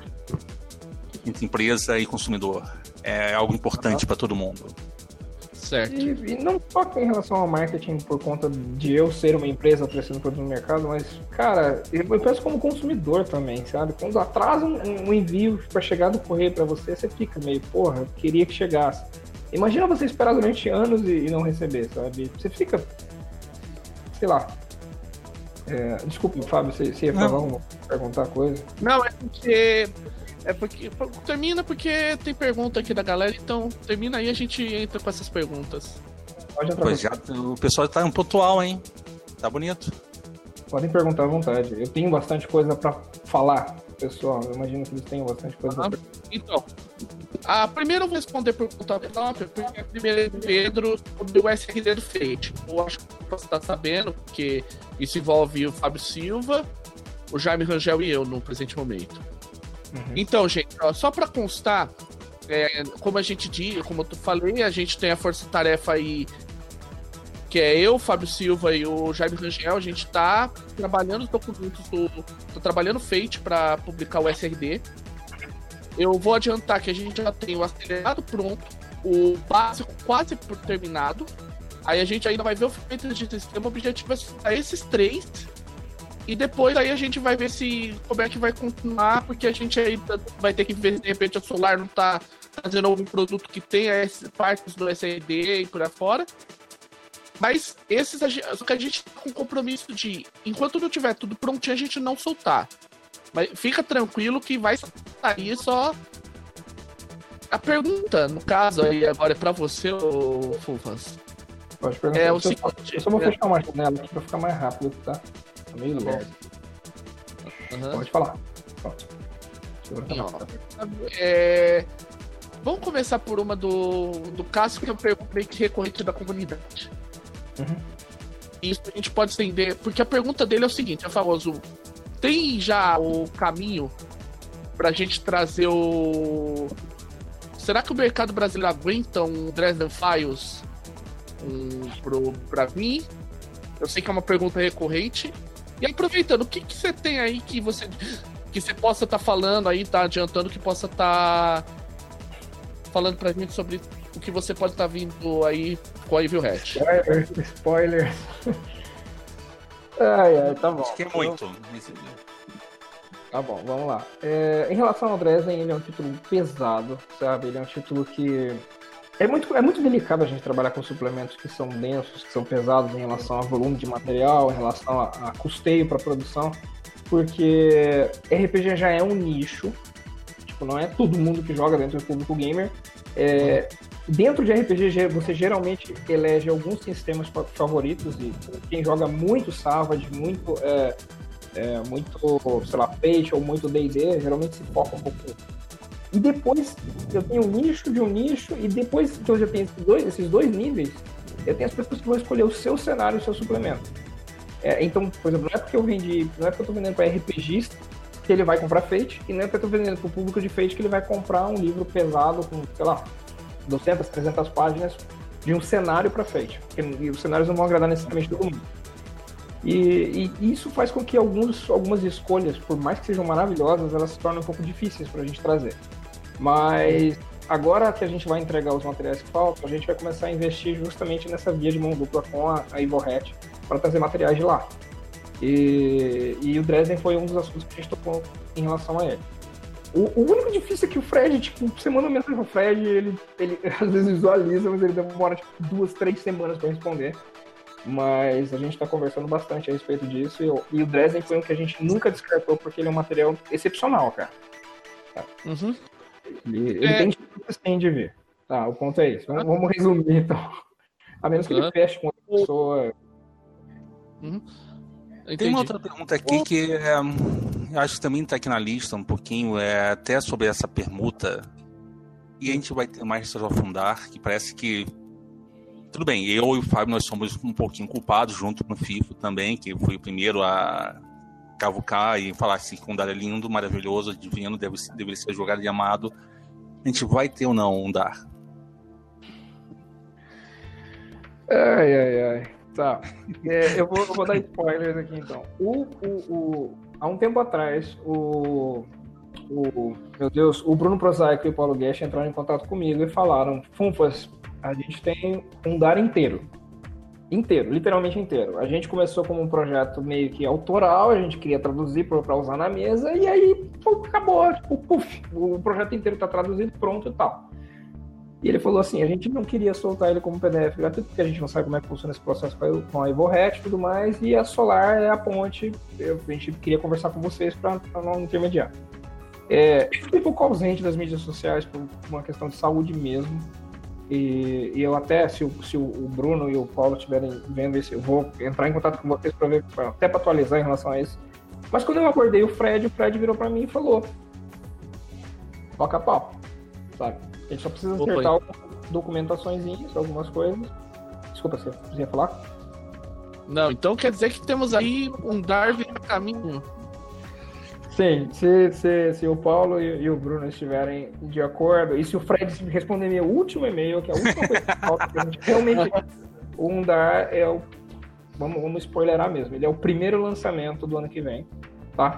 [SPEAKER 2] empresa e consumidor. É algo importante para todo mundo.
[SPEAKER 1] Certo.
[SPEAKER 3] E não só em relação ao marketing por conta de eu ser uma empresa oferecendo produto no mercado, mas, cara, eu penso como consumidor também, sabe? Quando atrasa um envio para chegar do correio para você, você fica meio, porra, eu queria que chegasse. Imagina você esperar durante anos e não receber, sabe? Você fica, sei lá. Desculpa, Fábio, você ia falar perguntar coisa?
[SPEAKER 1] Não, porque termina porque tem pergunta aqui da galera, então termina aí, a gente entra com essas perguntas.
[SPEAKER 3] Pode entrar.
[SPEAKER 2] O pessoal tá pontual, hein? Tá bonito.
[SPEAKER 3] Podem perguntar à vontade. Eu tenho bastante coisa pra falar, pessoal. Eu imagino que eles tenham bastante coisa pra...
[SPEAKER 1] Então, primeiro eu vou responder por conta própria, porque a primeira é Pedro sobre o SRD do Fate. Eu acho que você tá sabendo, porque isso envolve o Fábio Silva, o Jaime Rangel e eu no presente momento. Então, gente, só pra constar, como eu falei, a gente tem a força-tarefa aí, que é eu, Fábio Silva e o Jaime Rangel. A gente tá trabalhando os documentos tá trabalhando Fate pra publicar o SRD. Eu vou adiantar que a gente já tem o acelerado pronto, o básico quase por terminado, Aí a gente ainda vai ver o feito de sistema, o objetivo é soltar esses 3. E depois aí a gente vai ver como é que vai continuar, porque a gente ainda vai ter que ver se de repente a Solar não tá fazendo algum produto que tenha partes do SSD e por aí fora. Mas esses só que a gente tá com compromisso de, enquanto não tiver tudo prontinho, a gente não soltar. Mas fica tranquilo que vai sair só. A pergunta, no caso, aí agora é pra você, ô Fufas.
[SPEAKER 3] Pode perguntar.
[SPEAKER 1] É o seguinte.
[SPEAKER 3] Eu só vou fechar uma janela aqui pra ficar mais rápido, tá? Tá meio lerdo. Pode falar. Pronto.
[SPEAKER 1] Vamos começar por uma do Cássio, que é uma pergunta meio que recorrente da comunidade. Isso a gente pode estender, porque a pergunta dele é o seguinte, é famoso. Tem já o caminho pra gente trazer o... Será que o mercado brasileiro aguenta um Dresden Files pra mim? Eu sei que é uma pergunta recorrente. E aproveitando, o que você tem aí que você possa estar falando aí, tá adiantando, que possa estar falando pra gente sobre o que você pode estar vindo aí com a Evil Hat?
[SPEAKER 3] Spoiler. Ai, tá bom.
[SPEAKER 2] Acho que é muito.
[SPEAKER 3] Tá bom, vamos lá. Em relação ao Dresden, ele é um título pesado, sabe? Ele é um título que... É muito delicado a gente trabalhar com suplementos que são densos, que são pesados em relação a volume de material, em relação a custeio para produção, porque RPG já é um nicho, tipo, não é todo mundo que joga dentro do público gamer. Dentro de RPG, você geralmente elege alguns sistemas favoritos, e quem joga muito Savage, muito, sei lá, Fate ou muito D&D, geralmente se foca um pouco. E depois eu tenho um nicho de um nicho, e depois que eu já tenho esses dois níveis, eu tenho as pessoas que vão escolher o seu cenário e o seu suplemento. Então, por exemplo, não é porque eu tô vendendo para RPGista que ele vai comprar Fate, e não é porque eu tô vendendo para o público de Fate que ele vai comprar um livro pesado com, sei lá, 200, 300 páginas de um cenário para Fate. Porque os cenários não vão agradar necessariamente todo mundo. E isso faz com que algumas escolhas, por mais que sejam maravilhosas, elas se tornem um pouco difíceis para a gente trazer. Mas agora que a gente vai entregar os materiais que faltam, a gente vai começar a investir justamente nessa via de mão dupla com a Evil Hat para trazer materiais de lá. E o Dresden foi um dos assuntos que a gente tocou em relação a ele. O único difícil é que o Fred, tipo, você manda uma mensagem pro Fred, ele às vezes visualiza, mas ele demora tipo 2, 3 semanas para responder. Mas a gente tá conversando bastante a respeito disso, e o Dresden foi um que a gente nunca descartou, porque ele é um material excepcional, cara. Ele tem sim de vir. Tá, o ponto é esse. Vamos resumir, então. A menos que ele feche com outra pessoa.
[SPEAKER 2] Tem uma outra pergunta aqui que eu acho que também está aqui na lista um pouquinho, até sobre essa permuta. E a gente vai ter mais de aprofundar, que parece que... Tudo bem, eu e o Fábio, nós somos um pouquinho culpados junto no FIFO também, que fui o primeiro a cavucar e falar assim, que um Dar é lindo, maravilhoso, divino, deveria ser jogado e amado. A gente vai ter ou não um Dar?
[SPEAKER 3] Ai. Tá. Eu vou dar spoilers aqui, então. Há um tempo atrás, meu Deus, o Bruno Prosaico e o Paulo Guesch entraram em contato comigo e falaram: Funfas, a gente tem um Dar inteiro, literalmente inteiro. A gente começou como um projeto meio que autoral, a gente queria traduzir para usar na mesa, e aí acabou, tipo, puf, o projeto inteiro tá traduzido, pronto e tal. E ele falou assim, a gente não queria soltar ele como PDF gratuito, porque a gente não sabe como é que funciona esse processo com a Evil Hat e tudo mais, e a Solar é a ponte, a gente queria conversar com vocês para não intermediar. Eu fiquei um pouco ausente das mídias sociais por uma questão de saúde mesmo, e eu até, se o Bruno e o Paulo estiverem vendo isso, eu vou entrar em contato com vocês para ver, até para atualizar em relação a isso. Mas quando eu abordei o Fred virou para mim e falou: toca pau, sabe? A gente só precisa acertar algumas documentaçõezinhas, algumas coisas. Desculpa, você ia falar?
[SPEAKER 1] Não, então quer dizer que temos aí um Darwin no caminho.
[SPEAKER 3] Sim, se o Paulo e o Bruno estiverem de acordo, e se o Fred responder meu último e-mail, que é a última coisa que falta, que a gente realmente... O Undar é o... Vamos spoilerar mesmo. Ele é o primeiro lançamento do ano que vem, tá?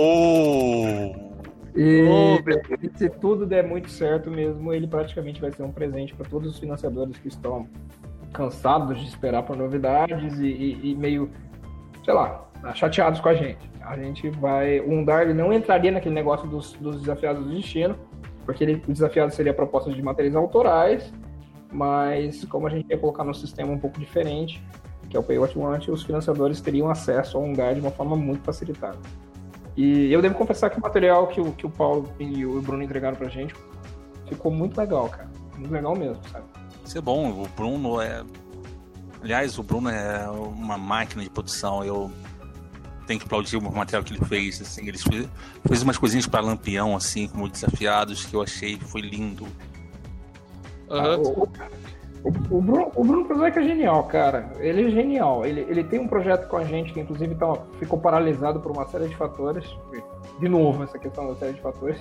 [SPEAKER 3] E se tudo der muito certo mesmo, ele praticamente vai ser um presente para todos os financiadores que estão cansados de esperar por novidades e meio, sei lá, chateados com a gente. A gente vai... O Undar, ele não entraria naquele negócio dos desafiados do destino, porque o desafiado seria a proposta de materiais autorais, mas como a gente ia colocar num sistema um pouco diferente, que é o Pay What You Want, os financiadores teriam acesso ao Undar de uma forma muito facilitada. E eu devo confessar que o material que o Paulo e o Bruno entregaram pra gente ficou muito legal, cara. Muito legal mesmo, sabe?
[SPEAKER 2] Isso é bom. O Bruno é... Aliás, o Bruno é uma máquina de produção. Eu tenho que aplaudir o material que ele fez. Assim, ele fez umas coisinhas para Lampião, assim, como desafiados, que eu achei que foi lindo.
[SPEAKER 3] Uhum. O Bruno Prozac é genial, cara. Ele é genial. Ele tem um projeto com a gente que, inclusive, ficou paralisado por uma série de fatores. De novo, essa questão da série de fatores.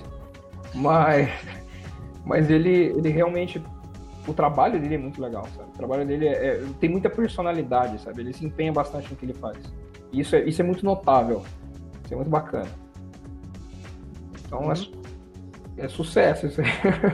[SPEAKER 3] Mas ele realmente... O trabalho dele é muito legal, sabe? O trabalho dele tem muita personalidade, sabe? Ele se empenha bastante no que ele faz. E isso é muito notável. Isso é muito bacana. Então, é sucesso isso aí.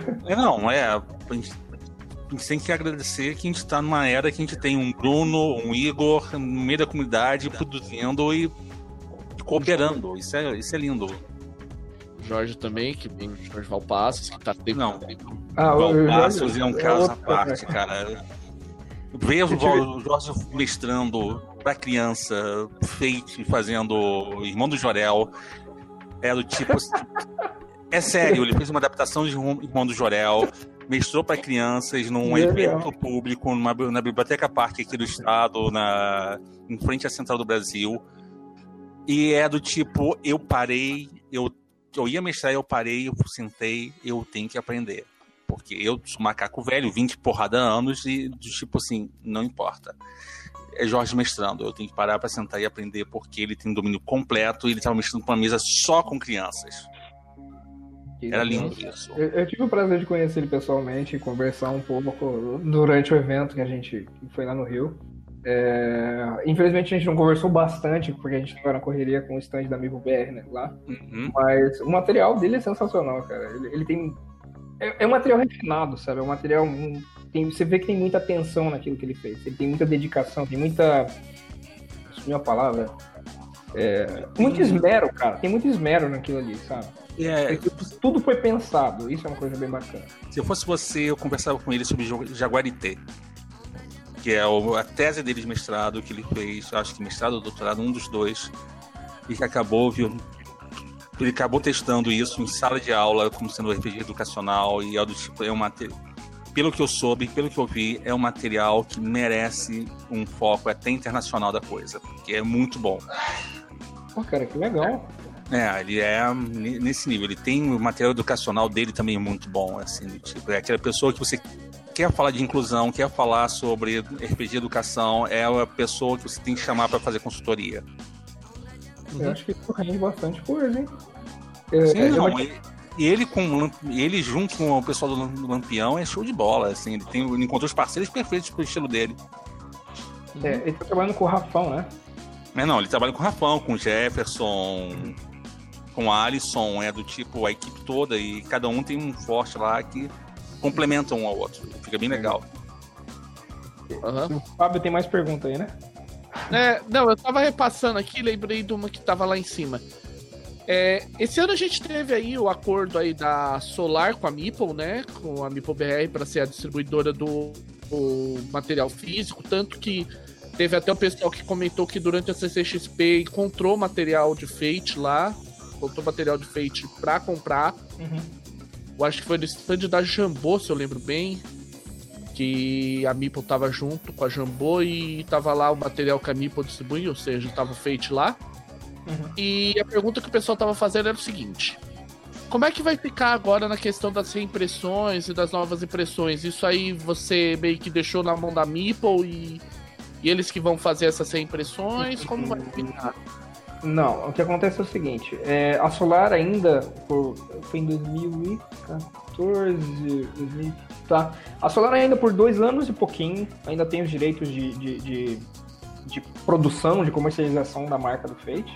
[SPEAKER 2] A gente tem que agradecer que a gente está numa era que a gente tem um Bruno, um Igor no meio da comunidade produzindo e cooperando. Isso é lindo.
[SPEAKER 1] Jorge também, que tem o Jorge Valpassos, que tá tendo.
[SPEAKER 2] Não, Valpassos é um caso à parte, cara. Ver o Jorge mestrando pra criança, Fate fazendo Irmão do Jorel, é do tipo. É sério, ele fez uma adaptação de Irmão do Jorel, mestrou para crianças num evento público na Biblioteca Parque aqui do estado, em frente à Central do Brasil. E é do tipo, eu parei, eu ia mestrar, eu parei, eu sentei, eu tenho que aprender. Porque eu sou macaco velho, 20 porrada anos, e do tipo assim, não importa. É Jorge mestrando, eu tenho que parar para sentar e aprender, porque ele tem domínio completo e ele estava mestrando para uma mesa só com crianças. Era lindo isso.
[SPEAKER 3] Eu tive o prazer de conhecer ele pessoalmente e conversar um pouco durante o evento que a gente foi lá no Rio. Infelizmente a gente não conversou bastante, porque a gente estava na correria com o stand da Amiibo BR, né, lá.
[SPEAKER 2] Uhum.
[SPEAKER 3] Mas o material dele é sensacional, cara. Ele tem... É um material refinado, sabe? É um material... Você vê que tem muita atenção naquilo que ele fez. Ele tem muita dedicação, tem muita... Assumi a palavra. Muito esmero, cara. Tem muito esmero naquilo ali, sabe? Tudo foi pensado. Isso é uma coisa bem bacana.
[SPEAKER 2] Se eu fosse você, eu conversava com ele sobre Jaguarité, que é a tese dele de mestrado que ele fez, acho que mestrado ou doutorado, um dos dois, e que ele acabou testando isso em sala de aula como sendo um RPG educacional, e é do tipo, pelo que eu soube, pelo que eu vi, é um material que merece um foco até internacional da coisa, porque é muito bom.
[SPEAKER 3] Pô, cara, que legal.
[SPEAKER 2] Ele é nesse nível. Ele tem o material educacional dele também muito bom, assim, tipo, é aquela pessoa que você quer falar de inclusão, quer falar sobre RPG educação, é a pessoa que você tem que chamar para fazer consultoria.
[SPEAKER 3] Eu acho que isso rende bastante coisa, hein?
[SPEAKER 2] E ele junto com o pessoal do Lampião é show de bola, assim, ele encontrou os parceiros perfeitos pro estilo dele.
[SPEAKER 3] Ele tá trabalhando com o Rafão, né?
[SPEAKER 2] Ele trabalha com o Rafão, com o Jefferson, com o Alisson, do tipo, a equipe toda, e cada um tem um forte lá que complementa um ao outro. Fica bem legal.
[SPEAKER 3] Uhum. O Fábio tem mais pergunta aí, né?
[SPEAKER 1] Não, eu tava repassando aqui, lembrei de uma que tava lá em cima. Esse ano a gente teve aí o acordo aí da Solar com a Meeple, né? Com a Meeple BR para ser a distribuidora do material físico, tanto que teve até o pessoal que comentou que durante a CCXP encontrou material de Fate lá, encontrou material de Fate pra comprar.
[SPEAKER 3] Uhum.
[SPEAKER 1] Eu acho que foi no stand da Jambô, se eu lembro bem, que a Meeple tava junto com a Jambô e tava lá o material que a Meeple distribui, ou seja, tava o Fate lá.
[SPEAKER 3] Uhum.
[SPEAKER 1] E a pergunta que o pessoal tava fazendo era o seguinte: como é que vai ficar agora na questão das reimpressões e das novas impressões? Isso aí você meio que deixou na mão da Meeple e eles que vão fazer essas reimpressões? Como vai ficar?
[SPEAKER 3] Não, o que acontece é o seguinte, a Solar ainda, foi em 2014, tá? A Solar ainda por 2 anos e pouquinho, ainda tem os direitos de produção, de comercialização da marca do Fate.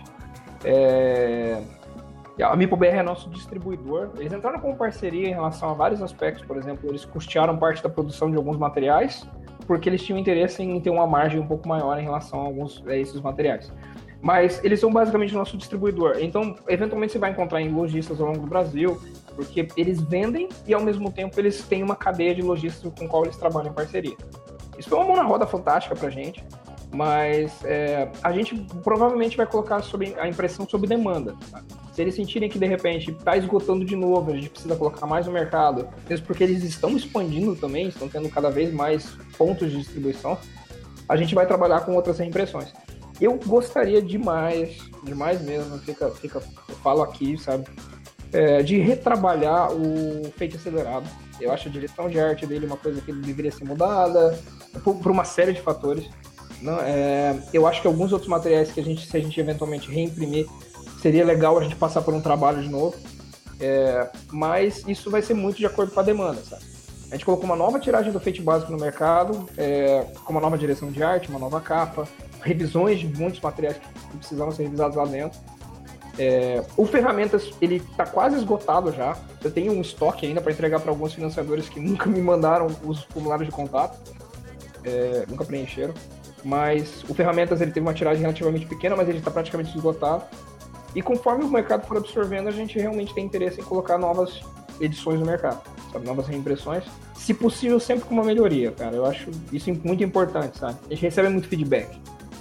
[SPEAKER 3] A Meeple BR é nosso distribuidor. Eles entraram com parceria em relação a vários aspectos, por exemplo, eles custearam parte da produção de alguns materiais, porque eles tinham interesse em ter uma margem um pouco maior em relação a esses materiais. Mas eles são basicamente o nosso distribuidor. Então, eventualmente você vai encontrar em lojistas ao longo do Brasil, porque eles vendem e, ao mesmo tempo, eles têm uma cadeia de lojistas com qual eles trabalham em parceria. Isso foi uma mão na roda fantástica pra gente, mas a gente provavelmente vai colocar a impressão sob demanda. Tá? Se eles sentirem que, de repente, está esgotando de novo, a gente precisa colocar mais no mercado, mesmo porque eles estão expandindo também, estão tendo cada vez mais pontos de distribuição, a gente vai trabalhar com outras reimpressões. Eu gostaria demais mesmo, eu falo aqui, sabe, de retrabalhar o Fate acelerado. Eu acho a direção de arte dele uma coisa que deveria ser mudada, por uma série de fatores. Não, eu acho que alguns outros materiais que se a gente eventualmente reimprimir, seria legal a gente passar por um trabalho de novo. Mas isso vai ser muito de acordo com a demanda, sabe? A gente colocou uma nova tiragem do Fate básico no mercado, com uma nova direção de arte, uma nova capa, revisões de muitos materiais que precisavam ser revisados lá dentro. O Ferramentas, ele está quase esgotado já. Eu tenho um estoque ainda para entregar para alguns financiadores que nunca me mandaram os formulários de contato, nunca preencheram. Mas o Ferramentas, ele teve uma tiragem relativamente pequena, mas ele está praticamente esgotado. E conforme o mercado for absorvendo, a gente realmente tem interesse em colocar novas edições no mercado, sabe? Novas reimpressões. Se possível, sempre com uma melhoria, cara. Eu acho isso muito importante, sabe? A gente recebe muito feedback.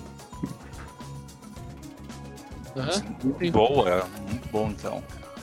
[SPEAKER 2] Boa, muito bom então.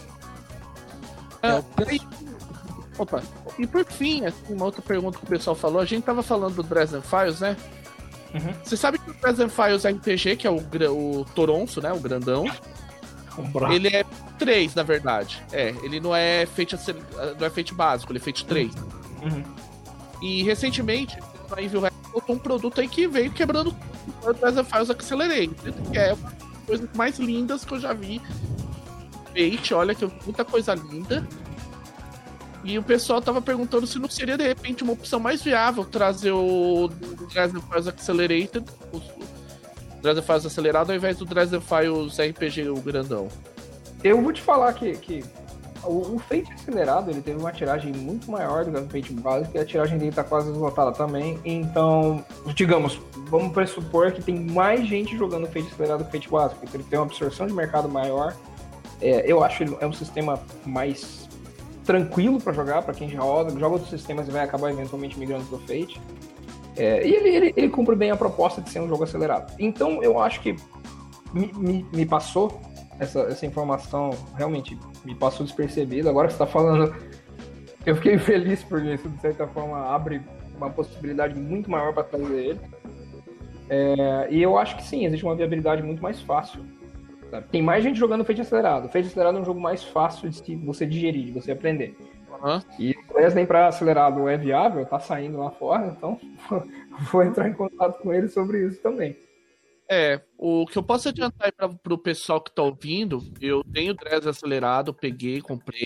[SPEAKER 1] Opa, e por fim, uma outra pergunta que o pessoal falou, a gente tava falando do Dresden Files, né? Uhum. Você sabe que o Dresden Files RPG, que é o Toronço, né? O grandão. Ele é 3, na verdade. Ele não é Fate básico, ele é Fate 3. Uhum. E recentemente, a Evil Red botou um produto aí que veio quebrando o Dresden Files Accelerated, que é uma das coisas mais lindas que eu já vi. Fate, olha que muita coisa linda. E o pessoal tava perguntando se não seria, de repente, uma opção mais viável trazer o Dresden Files Accelerated, o Dresden Files acelerado, ao invés do Dresden Files RPG, o grandão.
[SPEAKER 3] Eu vou te falar que o Fate acelerado, ele teve uma tiragem muito maior do que o Fate básico, e a tiragem dele tá quase esgotada também. Então, digamos, vamos pressupor que tem mais gente jogando Fate acelerado que o Fate básico, porque ele tem uma absorção de mercado maior. Eu acho que é um sistema mais tranquilo para jogar, para quem joga outros sistemas e vai acabar eventualmente migrando pro Fate. E ele cumpre bem a proposta de ser um jogo acelerado. Então eu acho que me passou essa informação, realmente me passou despercebido. Agora que você está falando, eu fiquei feliz por isso, de certa forma abre uma possibilidade muito maior para trazer ele. E eu acho que sim, existe uma viabilidade muito mais fácil. Tem mais gente jogando Fate acelerado. Fate acelerado é um jogo mais fácil de você digerir, de você aprender. Uhum. E o Dresden para acelerado é viável, tá saindo lá fora, então vou entrar em contato com ele sobre isso também.
[SPEAKER 1] O que eu posso adiantar aí pro pessoal que tá ouvindo, eu tenho o Dresden acelerado, peguei, comprei.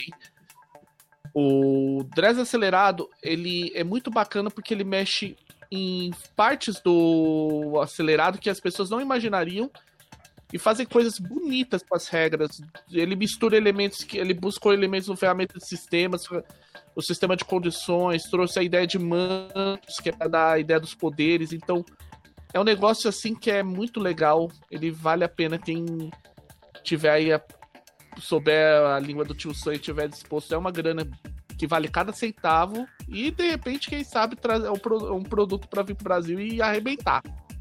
[SPEAKER 1] O Dresden acelerado, ele é muito bacana porque ele mexe em partes do acelerado que as pessoas não imaginariam, e fazem coisas bonitas com as regras. Ele mistura elementos, ele buscou elementos no ferramenta de sistemas, o sistema de condições, trouxe a ideia de mantos, que é para dar a ideia dos poderes. Então, é um negócio assim que é muito legal. Ele vale a pena quem tiver aí, souber a língua do tio Sam e tiver disposto. É uma grana que vale cada centavo e, de repente, quem sabe, trazer um produto para vir pro Brasil e arrebentar.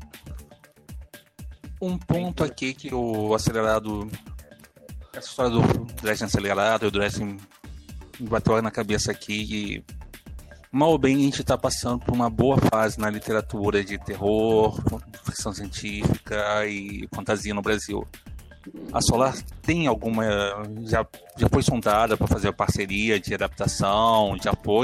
[SPEAKER 2] Um ponto aqui que o acelerado, essa história do Dresden acelerado, o Dresden me bateu na cabeça aqui, e mal ou bem a gente está passando por uma boa fase na literatura de terror, ficção científica e fantasia no Brasil. A Solar tem alguma, já foi sondada para fazer parceria de adaptação,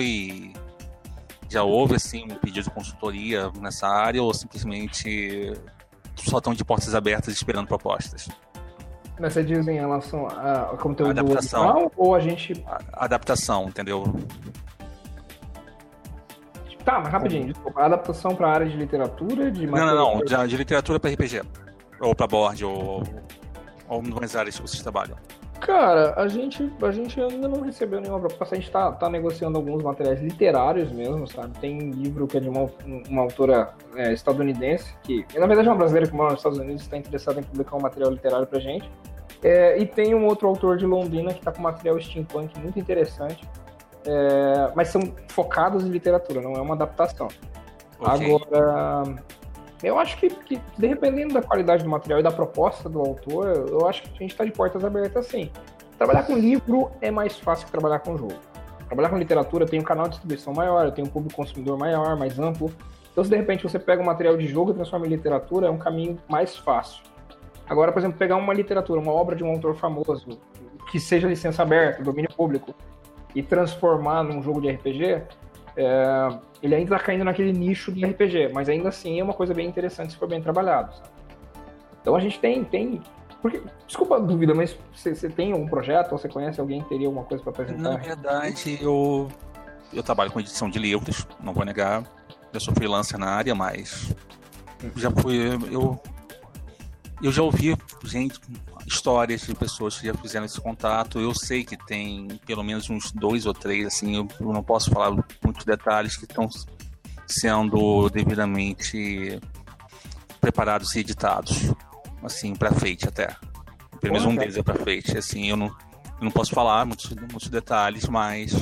[SPEAKER 2] já houve assim um pedido de consultoria nessa área, ou simplesmente só estão de portas abertas esperando propostas?
[SPEAKER 3] Mas você diz em relação a conteúdo original, ou a gente...
[SPEAKER 2] Adaptação, entendeu?
[SPEAKER 3] Tá, mas rapidinho, desculpa. Adaptação para a área de literatura?
[SPEAKER 2] Não. De literatura para RPG. Ou para board, ou nas áreas que vocês trabalham.
[SPEAKER 3] Cara, a gente ainda não recebeu nenhuma proposta. A gente tá negociando alguns materiais literários mesmo, sabe? Tem um livro que é de uma autora estadunidense, que na verdade é uma brasileira que mora nos Estados Unidos e está interessada em publicar um material literário pra gente. E tem um outro autor de Londrina que está com material steampunk muito interessante, mas são focados em literatura, não é uma adaptação. Okay. Agora, eu acho que dependendo da qualidade do material e da proposta do autor, eu acho que a gente está de portas abertas sim. Trabalhar com livro é mais fácil que trabalhar com jogo. Trabalhar com literatura tem um canal de distribuição maior, eu tenho um público consumidor maior, mais amplo. Então, se de repente você pega um material de jogo e transforma em literatura, é um caminho mais fácil. Agora, por exemplo, pegar uma literatura, uma obra de um autor famoso, que seja licença aberta, domínio público, e transformar num jogo de RPG, ele ainda está caindo naquele nicho de RPG, mas ainda assim é uma coisa bem interessante se for bem trabalhado, sabe? Então a gente tem... Porque, desculpa a dúvida, mas você tem algum projeto, ou você conhece alguém que teria alguma coisa para apresentar?
[SPEAKER 2] Na verdade, eu trabalho com edição de livros, não vou negar, eu sou freelancer na área, mas eu já ouvi histórias de pessoas que já fizeram esse contato. Eu sei que tem pelo menos uns 2 ou 3, assim, eu não posso falar muitos detalhes, que estão sendo devidamente preparados e editados, assim, para Fate até. Pelo menos um deles é para Fate, assim, eu não posso falar muitos detalhes, mas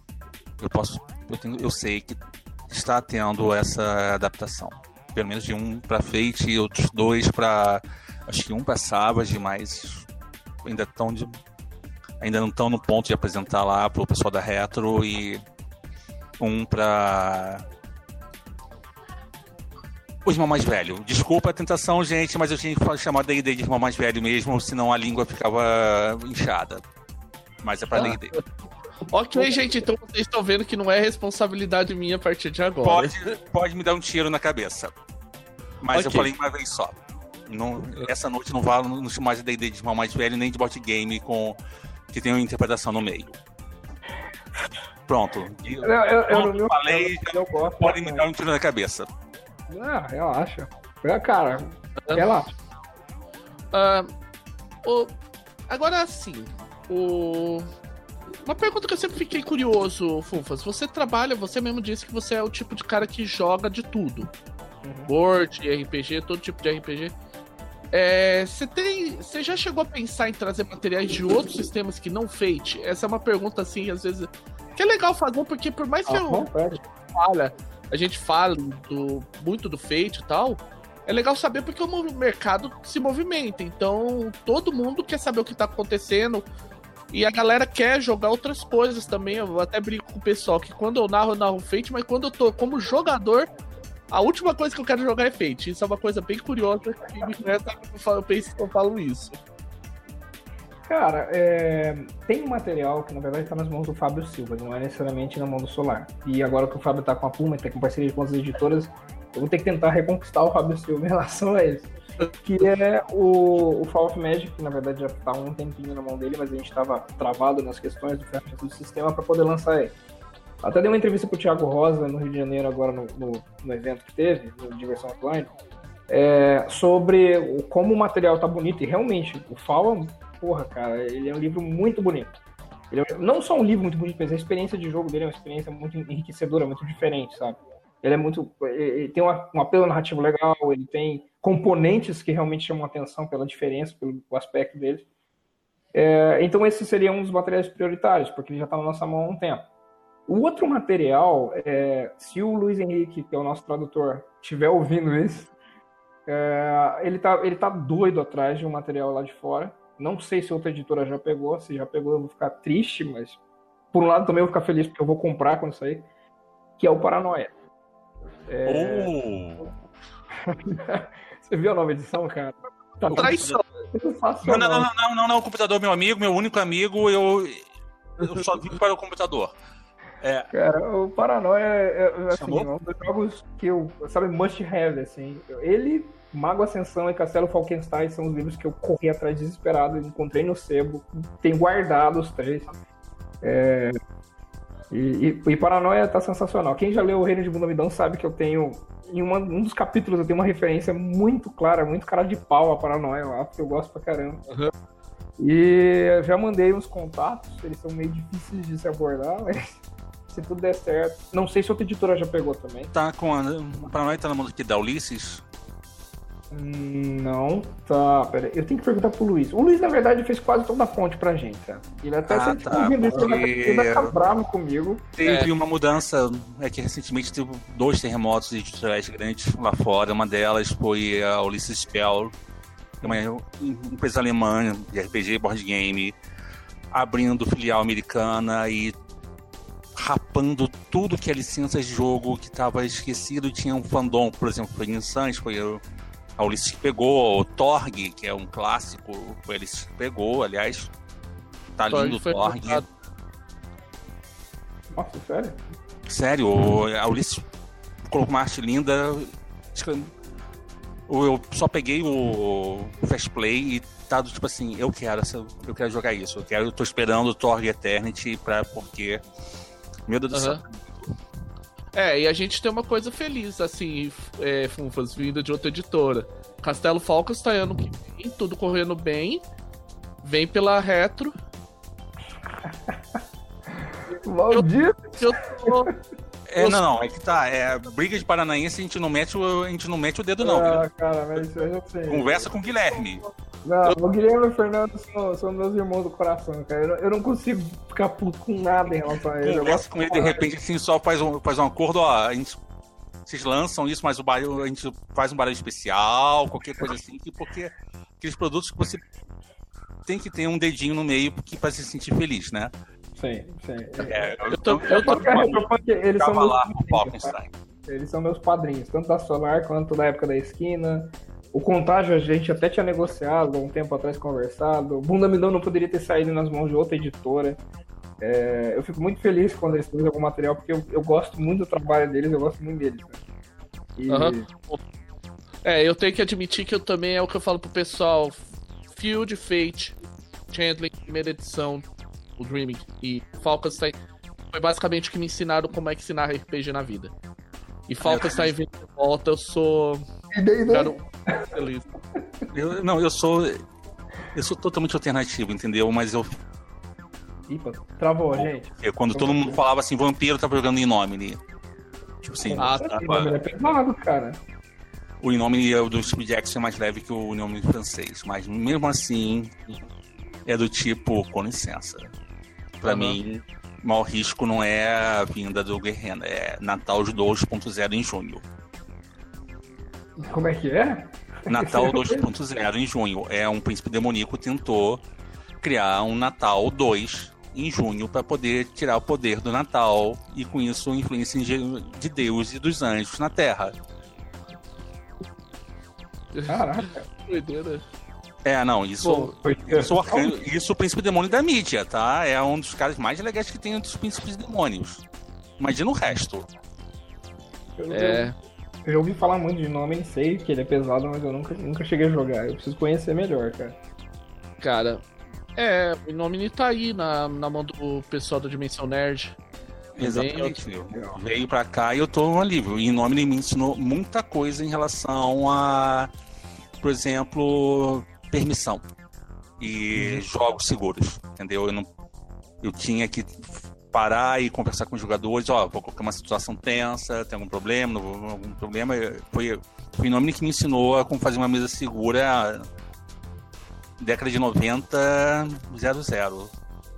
[SPEAKER 2] eu sei que está tendo essa adaptação. Pelo menos de um para Fate e outros 2 para... Acho que um para Savage, mas ainda não estão no ponto de apresentar lá pro pessoal da Retro, e um para o irmão mais velho. Desculpa a tentação, gente, mas eu tinha que chamar D&D de irmão mais velho mesmo, senão a língua ficava inchada. Mas é para D&D.
[SPEAKER 1] Ok, gente, então vocês estão vendo que não é responsabilidade minha a partir de agora.
[SPEAKER 2] Pode me dar um tiro na cabeça. Mas okay. Eu falei uma vez só. Não, essa noite não chamo mais de D&D de irmão mais velho, nem de bot game que tem uma interpretação no meio. Pronto. Eu falei, pode me dar um tiro na cabeça.
[SPEAKER 3] Relaxa. Cara, relaxa.
[SPEAKER 1] Agora sim, uma pergunta que eu sempre fiquei curioso, Funfas. Você mesmo disse que você é o tipo de cara que joga de tudo. Board, RPG, todo tipo de RPG. Você já chegou a pensar em trazer materiais de outros sistemas que não Fate? Essa é uma pergunta, assim, às vezes, que é legal fazer, porque por mais que a gente fale muito do Fate e tal, é legal saber porque o mercado se movimenta. Então, todo mundo quer saber o que tá acontecendo e a galera quer jogar outras coisas também. Eu até brinco com o pessoal que quando eu narro Fate, mas quando eu tô como jogador, a última coisa que eu quero jogar é Fate. Isso é uma coisa bem curiosa, que me conhece, eu penso que eu falo isso.
[SPEAKER 3] Cara, tem um material que na verdade tá nas mãos do Fábio Silva, não é necessariamente na mão do Solar. E agora que o Fábio tá com a Puma, tá com parceria com as editoras, eu vou ter que tentar reconquistar o Fábio Silva em relação a isso. Que é o Fall of Magic, que na verdade já tá há um tempinho na mão dele, mas a gente tava travado nas questões do sistema para poder lançar ele. Até dei uma entrevista pro Thiago Rosa no Rio de Janeiro, agora no evento que teve, no Diversão Offline, sobre como o material tá bonito. E realmente, o Fall, cara, ele é um livro muito bonito. Ele é não só um livro muito bonito, mas a experiência de jogo dele é uma experiência muito enriquecedora, muito diferente, sabe? Ele tem um apelo narrativo legal, ele tem componentes que realmente chamam a atenção pela diferença, pelo aspecto dele. Então esse seria um dos materiais prioritários, porque ele já está na nossa mão há um tempo. O outro material, se o Luiz Henrique, que é o nosso tradutor, estiver ouvindo isso, ele tá doido atrás de um material lá de fora. Não sei se outra editora já pegou. Se já pegou, eu vou ficar triste, mas por um lado também eu vou ficar feliz porque eu vou comprar quando sair, que é o Paranoia. Você viu a nova edição, cara? Tá
[SPEAKER 1] traição.
[SPEAKER 2] Não, o computador é meu amigo, meu único amigo, eu só vivo para o computador.
[SPEAKER 3] Cara, o Paranoia assim, é um dos jogos que eu, must have, assim. Ele, Mago Ascensão e Castelo Falkenstein são os livros que eu corri atrás desesperado, encontrei no sebo, tenho guardado os 3. E Paranoia tá sensacional. Quem já leu O Reino de Bundamidão sabe que eu tenho, em um dos capítulos, eu tenho uma referência muito clara, muito cara de pau a Paranoia lá, porque eu gosto pra caramba. E eu já mandei uns contatos, eles são meio difíceis de se abordar, mas se tudo der certo. Não sei se outra editora já pegou também.
[SPEAKER 2] Tá com o Paranoia tá na mão aqui da Ulisses?
[SPEAKER 3] Não, tá. Pera aí. Eu tenho que perguntar pro Luiz. O Luiz, na verdade, fez quase toda a fonte pra gente, cara. Ele até sempre
[SPEAKER 2] tá,
[SPEAKER 3] ouvindo isso,
[SPEAKER 2] porque-
[SPEAKER 3] ele vai ficar bravo comigo.
[SPEAKER 2] Teve uma mudança, que recentemente teve 2 terremotos editoriais grandes lá fora. Uma delas foi a Ulisses Spell, que é uma empresa alemã de RPG e board game, abrindo filial americana e rapando tudo que é licenças de jogo que estava esquecido. Tinha um fandom, por exemplo, foi Insanes, foi a Ulisses que pegou, o Torg, que é um clássico, foi a Ulisses que pegou, aliás. Tá lindo o Torg.
[SPEAKER 3] Nossa, sério?
[SPEAKER 2] Sério, a Ulisses colocou uma arte linda. Eu só peguei o Fast Play e tá do tipo assim, eu quero jogar isso. Eu tô esperando o Torg Eternity porque... Meu Deus do céu.
[SPEAKER 1] E a gente tem uma coisa feliz, assim, Funfas, vinda de outra editora. Castelo Falkenstein, ano que vem, tudo correndo bem. Vem pela Retro.
[SPEAKER 3] Maldito!
[SPEAKER 1] Eu tô...
[SPEAKER 2] Não, é que tá. Briga de paranaense, a gente não mete o dedo, não.
[SPEAKER 3] Cara, mas isso eu sei.
[SPEAKER 2] Conversa com o Guilherme.
[SPEAKER 3] Não, o Guilherme e o Fernando são meus irmãos do coração, cara. Eu não consigo ficar puto com nada em relação a ele.
[SPEAKER 2] Conversa com ele, de repente, assim, só faz um acordo, vocês lançam isso, mas a gente faz um baralho especial, qualquer coisa assim, porque aqueles produtos que você tem que ter um dedinho no meio pra se sentir feliz, né?
[SPEAKER 3] Sim. Eles são meus padrinhos, tanto da Solar quanto da época da esquina. O Contágio a gente até tinha negociado um tempo atrás, conversado. Bunda Milão não poderia ter saído nas mãos de outra editora. Eu fico muito feliz quando eles trazem algum material, porque eu gosto muito do trabalho deles, eu gosto muito deles.
[SPEAKER 1] Eu tenho que admitir que eu também, é o que eu falo pro pessoal, Field, Fate, Chandler, primeira edição, o Dreaming e Falkenstein foi basicamente o que me ensinaram como é que ensinar RPG na vida. E Falkenstein vindo de volta, eu sou... feliz.
[SPEAKER 2] Eu sou totalmente alternativo, entendeu? Mas
[SPEAKER 3] Ipa, travou, gente.
[SPEAKER 2] Quando todo mundo falava assim, vampiro tava jogando Inomine. Tipo assim,
[SPEAKER 3] é pesado, cara.
[SPEAKER 2] O Inomine do Steve Jackson é mais leve que o Inomine francês, mas mesmo assim é do tipo, com licença. Pra mim, o maior risco não é a vinda do Guerrero, é Natal de 2.0 em junho.
[SPEAKER 3] Como é que é?
[SPEAKER 2] Natal 2.0 em junho. Um príncipe demoníaco tentou criar um Natal 2 em junho para poder tirar o poder do Natal e com isso a influência de Deus e dos anjos na Terra.
[SPEAKER 3] Caraca.
[SPEAKER 1] Doideira.
[SPEAKER 2] Isso o príncipe demônio da mídia, tá? É um dos caras mais legais que tem entre os príncipes demônios. Imagina o resto.
[SPEAKER 3] Eu já ouvi falar muito de nome, sei que ele é pesado, mas eu nunca cheguei a jogar. Eu preciso conhecer melhor, cara.
[SPEAKER 1] Cara, o nome tá aí na mão do pessoal da Dimensão Nerd.
[SPEAKER 2] Exatamente. Veio pra cá e eu tô no alívio. E o nome me ensinou muita coisa em relação a, por exemplo, permissão e jogos seguros, entendeu? Eu tinha que parar e conversar com os jogadores, vou colocar uma situação tensa, tem algum problema, algum problema. Foi o nome que me ensinou a como fazer uma mesa segura década de 90, 00.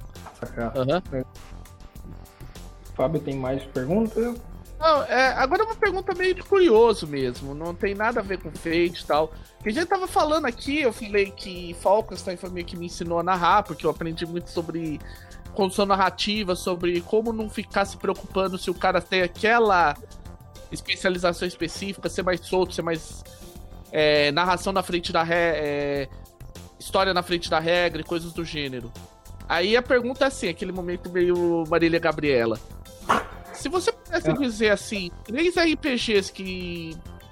[SPEAKER 3] Fábio, tem mais perguntas?
[SPEAKER 1] Não, agora é uma pergunta meio de curioso mesmo, não tem nada a ver com Fate e tal. Que a gente tava falando aqui, eu falei que Falkenstein foi meio que me ensinou a narrar, porque eu aprendi muito sobre construção narrativa, sobre como não ficar se preocupando se o cara tem aquela especialização específica, ser mais solto, ser mais narração na frente da história na frente da regra e coisas do gênero. Aí a pergunta é assim, aquele momento meio Marília Gabriela. Se você pudesse dizer assim, 3 RPGs que...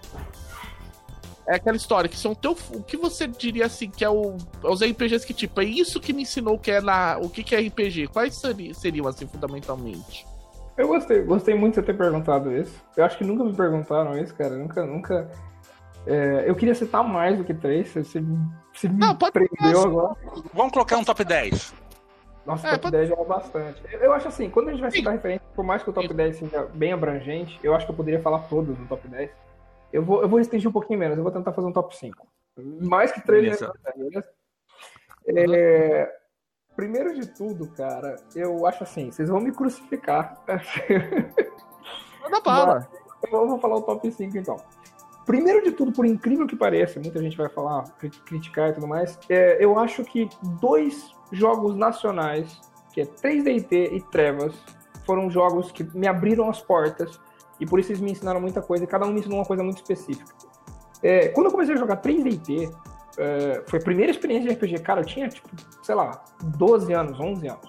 [SPEAKER 1] É aquela história, que são o que você diria assim, que é os RPGs que tipo, é isso que me ensinou o que é RPG? Quais seriam assim, fundamentalmente?
[SPEAKER 3] Eu gostei muito de você ter perguntado isso. Eu acho que nunca me perguntaram isso, cara. Nunca Eu queria citar mais do que 3, você me
[SPEAKER 2] Não, pode.
[SPEAKER 3] prendeu agora.
[SPEAKER 2] Vamos colocar um top 10.
[SPEAKER 3] Nossa, o top 10 já é bastante. Eu acho assim, quando a gente vai citar referência, por mais que o top 10 seja bem abrangente, eu acho que eu poderia falar todos no top 10. Eu vou restringir um pouquinho menos, eu vou tentar fazer um top 5. Mais que 3, beleza? Primeiro de tudo, cara, eu acho assim, vocês vão me crucificar.
[SPEAKER 1] Manda bala.
[SPEAKER 3] Eu vou falar o top 5 então. Primeiro de tudo, por incrível que pareça, muita gente vai falar, criticar e tudo mais, eu acho que 2 jogos nacionais, que é 3DT e Trevas, foram jogos que me abriram as portas e por isso eles me ensinaram muita coisa e cada um me ensinou uma coisa muito específica. Quando eu comecei a jogar 3DT, foi a primeira experiência de RPG, cara, eu tinha, tipo, sei lá, 12 anos, 11 anos.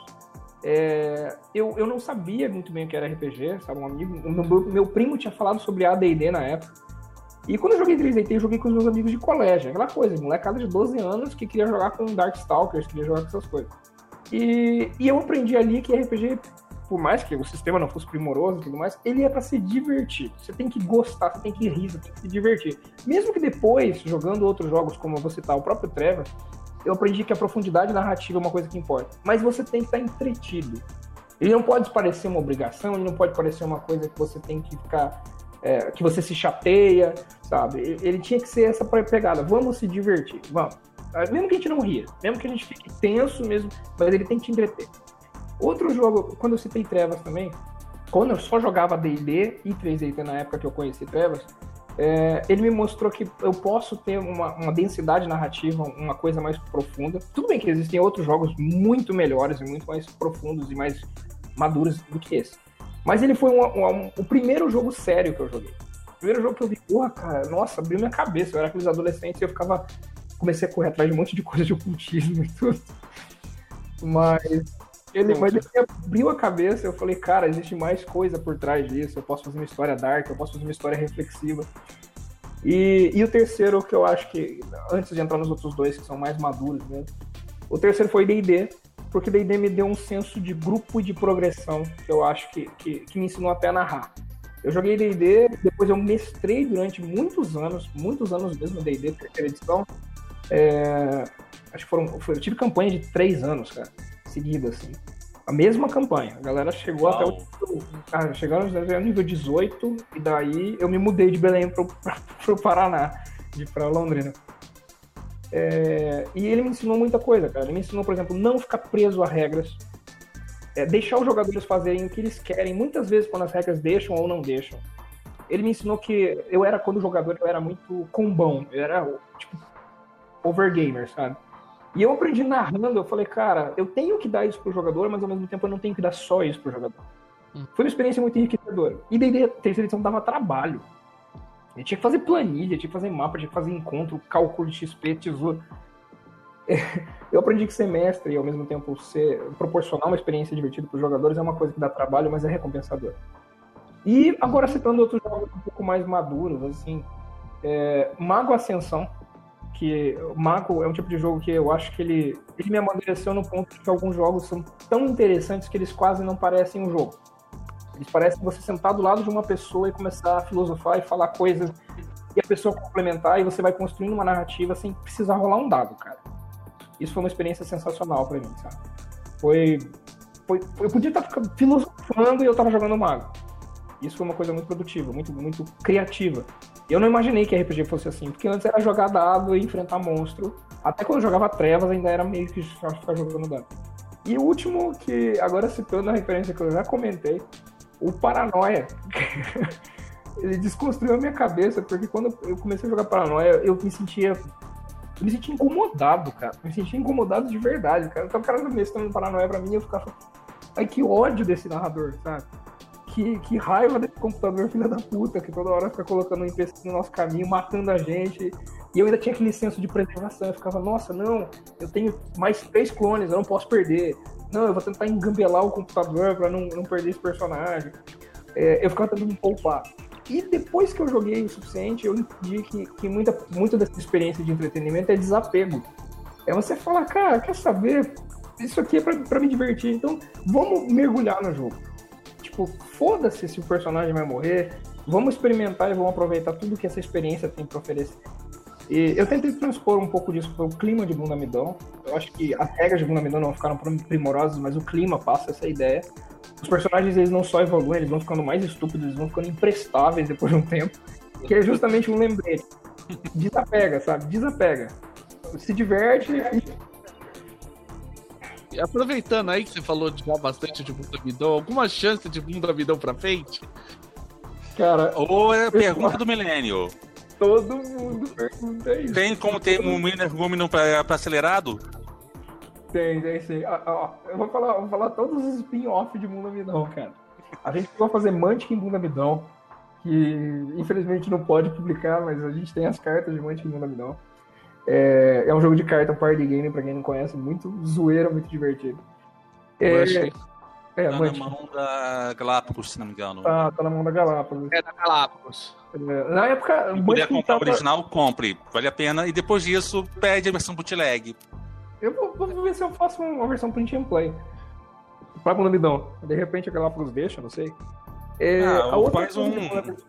[SPEAKER 3] Eu não sabia muito bem o que era RPG, sabe, meu primo tinha falado sobre AD&D na época. E quando eu joguei 3DT, eu joguei com os meus amigos de colégio. Aquela coisa, molecada de 12 anos que queria jogar com Darkstalkers, queria jogar com essas coisas. E eu aprendi ali que RPG, por mais que o sistema não fosse primoroso e tudo mais, ele é pra se divertir. Você tem que gostar, você tem que rir, você tem que se divertir. Mesmo que depois, jogando outros jogos, como eu vou citar o próprio Trevor, eu aprendi que a profundidade narrativa é uma coisa que importa. Mas você tem que estar entretido. Ele não pode parecer uma obrigação, ele não pode parecer uma coisa que você tem que ficar... que você se chateia, sabe? Ele tinha que ser essa pegada. Vamos se divertir, vamos. Mesmo que a gente não ria, mesmo que a gente fique tenso mesmo, mas ele tem que te entreter. Outro jogo, quando eu citei Trevas também, quando eu só jogava D&D e 3DT na época que eu conheci Trevas, ele me mostrou que eu posso ter uma densidade narrativa, uma coisa mais profunda. Tudo bem que existem outros jogos muito melhores e muito mais profundos e mais maduros do que esse. Mas ele foi o primeiro jogo sério que eu joguei. O primeiro jogo que eu vi, porra, cara, nossa, abriu minha cabeça. Eu era aqueles adolescentes e eu comecei a correr atrás de um monte de coisa de ocultismo e tudo. Mas ele abriu a cabeça, eu falei, cara, existe mais coisa por trás disso. Eu posso fazer uma história dark, eu posso fazer uma história reflexiva. E o terceiro, que eu acho que, antes de entrar nos outros 2, que são mais maduros mesmo, o terceiro foi D&D. Porque D&D me deu um senso de grupo e de progressão que eu acho que me ensinou até a narrar. Eu joguei D&D, depois eu mestrei durante muitos anos mesmo D&D, terceira edição. Acho que eu tive campanha de 3 anos, cara, seguida, assim. A mesma campanha. A galera chegou até o... chegaram no nível 18, e daí eu me mudei de Belém pro Paraná, pra Londrina. E ele me ensinou muita coisa, cara. Ele me ensinou, por exemplo, não ficar preso a regras, deixar os jogadores fazerem o que eles querem, muitas vezes quando as regras deixam ou não deixam. Ele me ensinou que quando jogador, eu era muito combão, eu era, tipo, overgamer, sabe? E eu aprendi narrando, eu falei, cara, eu tenho que dar isso pro jogador, mas ao mesmo tempo eu não tenho que dar só isso pro jogador. Foi uma experiência muito enriquecedora. E D&D, terceira edição, dava trabalho. Eu tinha que fazer planilha, tinha que fazer mapa, tinha que fazer encontro, cálculo de XP, tesouro. Eu aprendi que ser mestre e ao mesmo tempo proporcionar uma experiência divertida para os jogadores é uma coisa que dá trabalho, mas é recompensador. E agora citando outros jogos um pouco mais maduros, assim, Mago Ascensão, que Mago é um tipo de jogo que eu acho que ele me amadureceu no ponto de que alguns jogos são tão interessantes que eles quase não parecem um jogo. Eles parecem você sentar do lado de uma pessoa e começar a filosofar e falar coisas e a pessoa complementar e você vai construindo uma narrativa sem precisar rolar um dado, cara. Isso foi uma experiência sensacional pra mim, sabe? Eu podia estar filosofando e eu tava jogando Mago. Isso foi uma coisa muito produtiva, muito, muito criativa. E eu não imaginei que RPG fosse assim, porque antes era jogar dado e enfrentar monstro. Até quando eu jogava Trevas ainda era meio que ficar jogando dado. E o último, que agora citando a referência que eu já comentei, o Paranoia. Ele desconstruiu a minha cabeça, porque quando eu comecei a jogar Paranoia, eu me sentia incomodado, cara. Eu me sentia incomodado de verdade, cara. Então o cara mestrando Paranoia pra mim, eu ficava... Ai, que ódio desse narrador, sabe? Que raiva desse computador, filha da puta, que toda hora fica colocando um NPC no nosso caminho, matando a gente. E eu ainda tinha aquele senso de preservação. Eu ficava, nossa, não, eu tenho mais 3 clones, eu não posso perder. Não, eu vou tentar engambelar o computador pra não perder esse personagem. Eu ficava tentando me poupar. E depois que eu joguei o suficiente, eu entendi que muita dessa experiência de entretenimento é desapego. É você falar, cara, quer saber? Isso aqui é pra me divertir, então vamos mergulhar no jogo. Tipo, foda-se se o personagem vai morrer, vamos experimentar e vamos aproveitar tudo que essa experiência tem para oferecer. E eu tentei transpor um pouco disso para o clima de Bunda Amidon. Eu acho que as regras de Bunda Amidon não ficaram primorosas, mas o clima passa essa ideia. Os personagens, eles não só evoluem, eles vão ficando mais estúpidos, eles vão ficando imprestáveis depois de um tempo, que é justamente um lembrete. Desapega, sabe? Desapega. Se diverte.
[SPEAKER 1] E aproveitando aí que você falou já bastante de Bunda Amidon, alguma chance de Bunda Amidon pra Fate?
[SPEAKER 3] Cara...
[SPEAKER 2] Ou é a pergunta do milênio.
[SPEAKER 3] Todo mundo pergunta isso.
[SPEAKER 2] Tem como ter um energúmeno pra acelerado?
[SPEAKER 3] Tem sim. Eu vou falar todos os spin-off de Bunda Amidon, cara. A gente vai fazer Mantic em Bunda Amidon, que infelizmente não pode publicar, mas a gente tem as cartas de Mantic em Bunda Amidon. É um jogo de carta, um party game, pra quem não conhece, muito zoeira, muito divertido.
[SPEAKER 2] Tá na mão da Galápagos, se não me engano.
[SPEAKER 3] Tá na mão da Galápagos.
[SPEAKER 1] É da Galápagos.
[SPEAKER 3] Na época...
[SPEAKER 2] Se puder comprar o original, compre. Vale a pena. E depois disso, pede a versão bootleg.
[SPEAKER 3] Eu vou ver se eu faço uma versão print and play. Pra Bunda Amidon. De repente a Galápagos deixa, não sei.
[SPEAKER 2] Faz um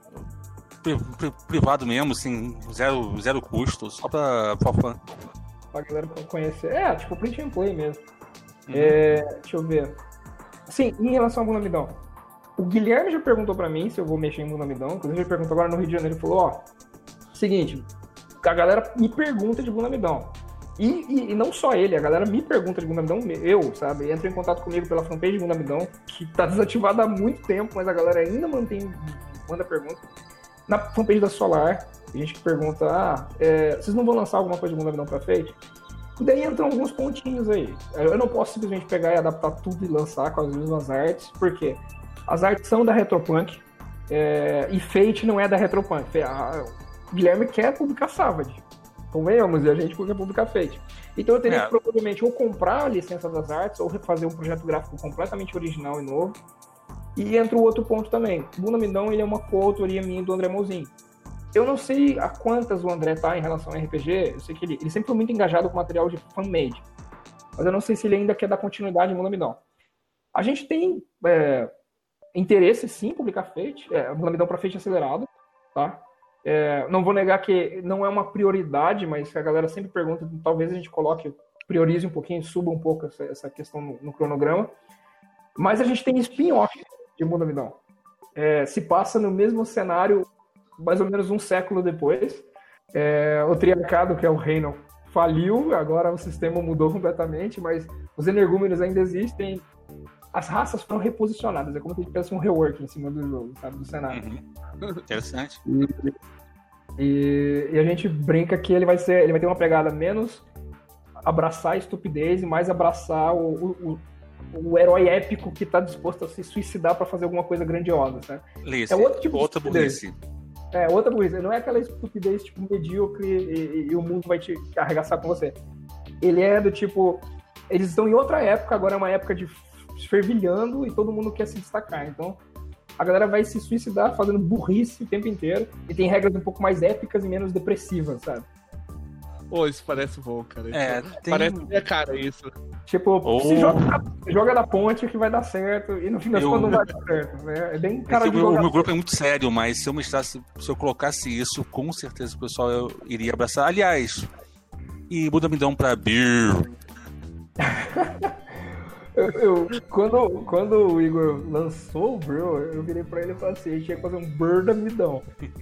[SPEAKER 2] privado mesmo, assim, zero custo, só pra fã.
[SPEAKER 3] Pra galera conhecer. Tipo print and play mesmo. Deixa eu ver. Sim, em relação a Bunda Amidon. O Guilherme já perguntou pra mim se eu vou mexer em Bunda Amidon. Inclusive ele perguntou agora no Rio de Janeiro. Ele falou, seguinte, a galera me pergunta de Bunda Amidon. E não só ele, a galera me pergunta de Bunda Amidon, sabe? Entra em contato comigo pela fanpage de Bunda Amidon, que tá desativada há muito tempo, mas a galera ainda manda pergunta. Na fanpage da Solar, a gente que pergunta, vocês não vão lançar alguma coisa de Bunda Amidon pra Fate? E daí entram alguns pontinhos aí. Eu não posso simplesmente pegar e adaptar tudo e lançar com as mesmas artes, porque as artes são da Retropunk, e Fate não é da Retropunk. O Guilherme quer publicar Savage. Convenhamos, e a gente quer publicar Fate. Então eu teria que provavelmente ou comprar a licença das artes, ou refazer um projeto gráfico completamente original e novo. E entra o outro ponto também. Bunda Amidon, ele é uma coautoria minha do André Mouzin. Eu não sei a quantas o André tá em relação ao RPG, eu sei que ele sempre foi muito engajado com material de fan-made. Mas eu não sei se ele ainda quer dar continuidade em Bunda Amidon. A gente tem interesse, sim, em publicar Fate, Bunda Amidon para Fate acelerado, tá? Não vou negar que não é uma prioridade, mas a galera sempre pergunta, talvez a gente priorize um pouquinho, suba um pouco essa questão no cronograma. Mas a gente tem spin-off de Bunda Amidon. Se passa no mesmo cenário, mais ou menos um século depois. O Triarcado, que é o reino, faliu, agora o sistema mudou completamente, mas os energúmenos ainda existem. As raças foram reposicionadas, é como se tivesse um rework em cima do jogo, sabe, do cenário.
[SPEAKER 2] Interessante.
[SPEAKER 3] E a gente brinca que ele vai ter uma pegada menos abraçar a estupidez e mais abraçar o herói épico que tá disposto a se suicidar pra fazer alguma coisa grandiosa, sabe?
[SPEAKER 2] Lice,
[SPEAKER 3] outro tipo
[SPEAKER 2] outra burrice.
[SPEAKER 3] Outra burrice. Não é aquela estupidez tipo medíocre e o mundo vai te arregaçar com você. Ele é do tipo... Eles estão em outra época, agora é uma época de fervilhando e todo mundo quer se destacar. Então, a galera vai se suicidar fazendo burrice o tempo inteiro e tem regras um pouco mais épicas e menos depressivas, sabe?
[SPEAKER 1] Isso parece bom, cara.
[SPEAKER 2] Parece
[SPEAKER 1] minha cara isso.
[SPEAKER 3] Tipo, se joga da ponte que vai dar certo e no fim das contas não vai dar certo, né? É bem cara de
[SPEAKER 2] o meu grupo é muito sério, mas se eu colocasse isso, com certeza o pessoal iria abraçar. Aliás, e Bunda Amidon pra Beer.
[SPEAKER 3] Quando o Igor lançou o Brew, eu virei pra ele e falei assim, a gente tinha que fazer um Bunda Amidon.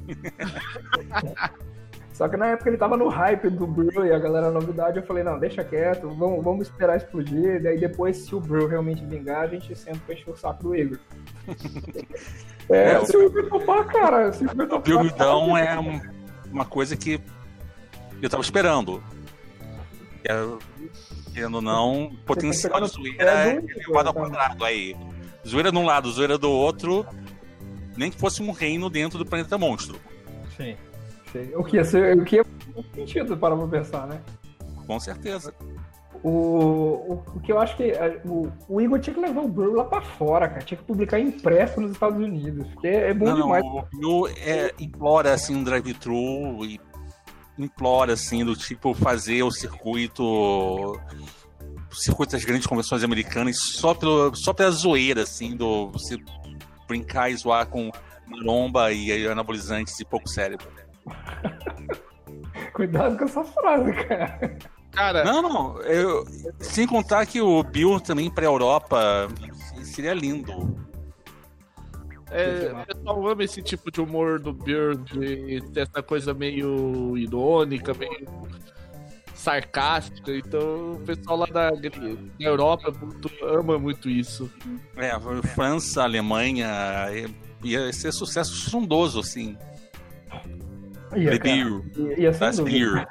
[SPEAKER 3] Só que na época ele tava no hype do Brew e a galera novidade, eu falei, não, deixa quieto, vamos esperar explodir, daí depois, se o Brew realmente vingar, a gente senta pra encher o saco do Igor. Se o Igor topar, cara,
[SPEAKER 2] o Brew Amidon é uma coisa que eu tava esperando. Querendo ou não, potencial de zoeira é elevado ao quadrado aí. Zoeira de um lado, zoeira do outro, nem que fosse um reino dentro do planeta monstro.
[SPEAKER 3] Sim. O que ia sentido para pensar, né?
[SPEAKER 2] Com certeza.
[SPEAKER 3] O que eu acho que o Igor tinha que levar o Brew lá pra fora, cara. Tinha que publicar impresso nos Estados Unidos. Porque é bom demais.
[SPEAKER 2] O Brew implora assim um drive-thru e implora assim do tipo fazer o circuito das grandes convenções americanas só pela zoeira assim do você brincar e zoar com maromba e anabolizantes e pouco cérebro.
[SPEAKER 3] Cuidado com essa frase, cara.
[SPEAKER 1] Cara,
[SPEAKER 2] Não, sem contar que o Bill também pra Europa seria lindo.
[SPEAKER 1] o pessoal ama esse tipo de humor do Beer, de ter essa coisa meio irônica, meio sarcástica. Então o pessoal lá da Europa ama muito isso.
[SPEAKER 2] França, Alemanha, ia ser sucesso estrondoso, assim.
[SPEAKER 3] Ia,
[SPEAKER 2] Beer.
[SPEAKER 3] Ia sem
[SPEAKER 2] Das
[SPEAKER 3] dúvida.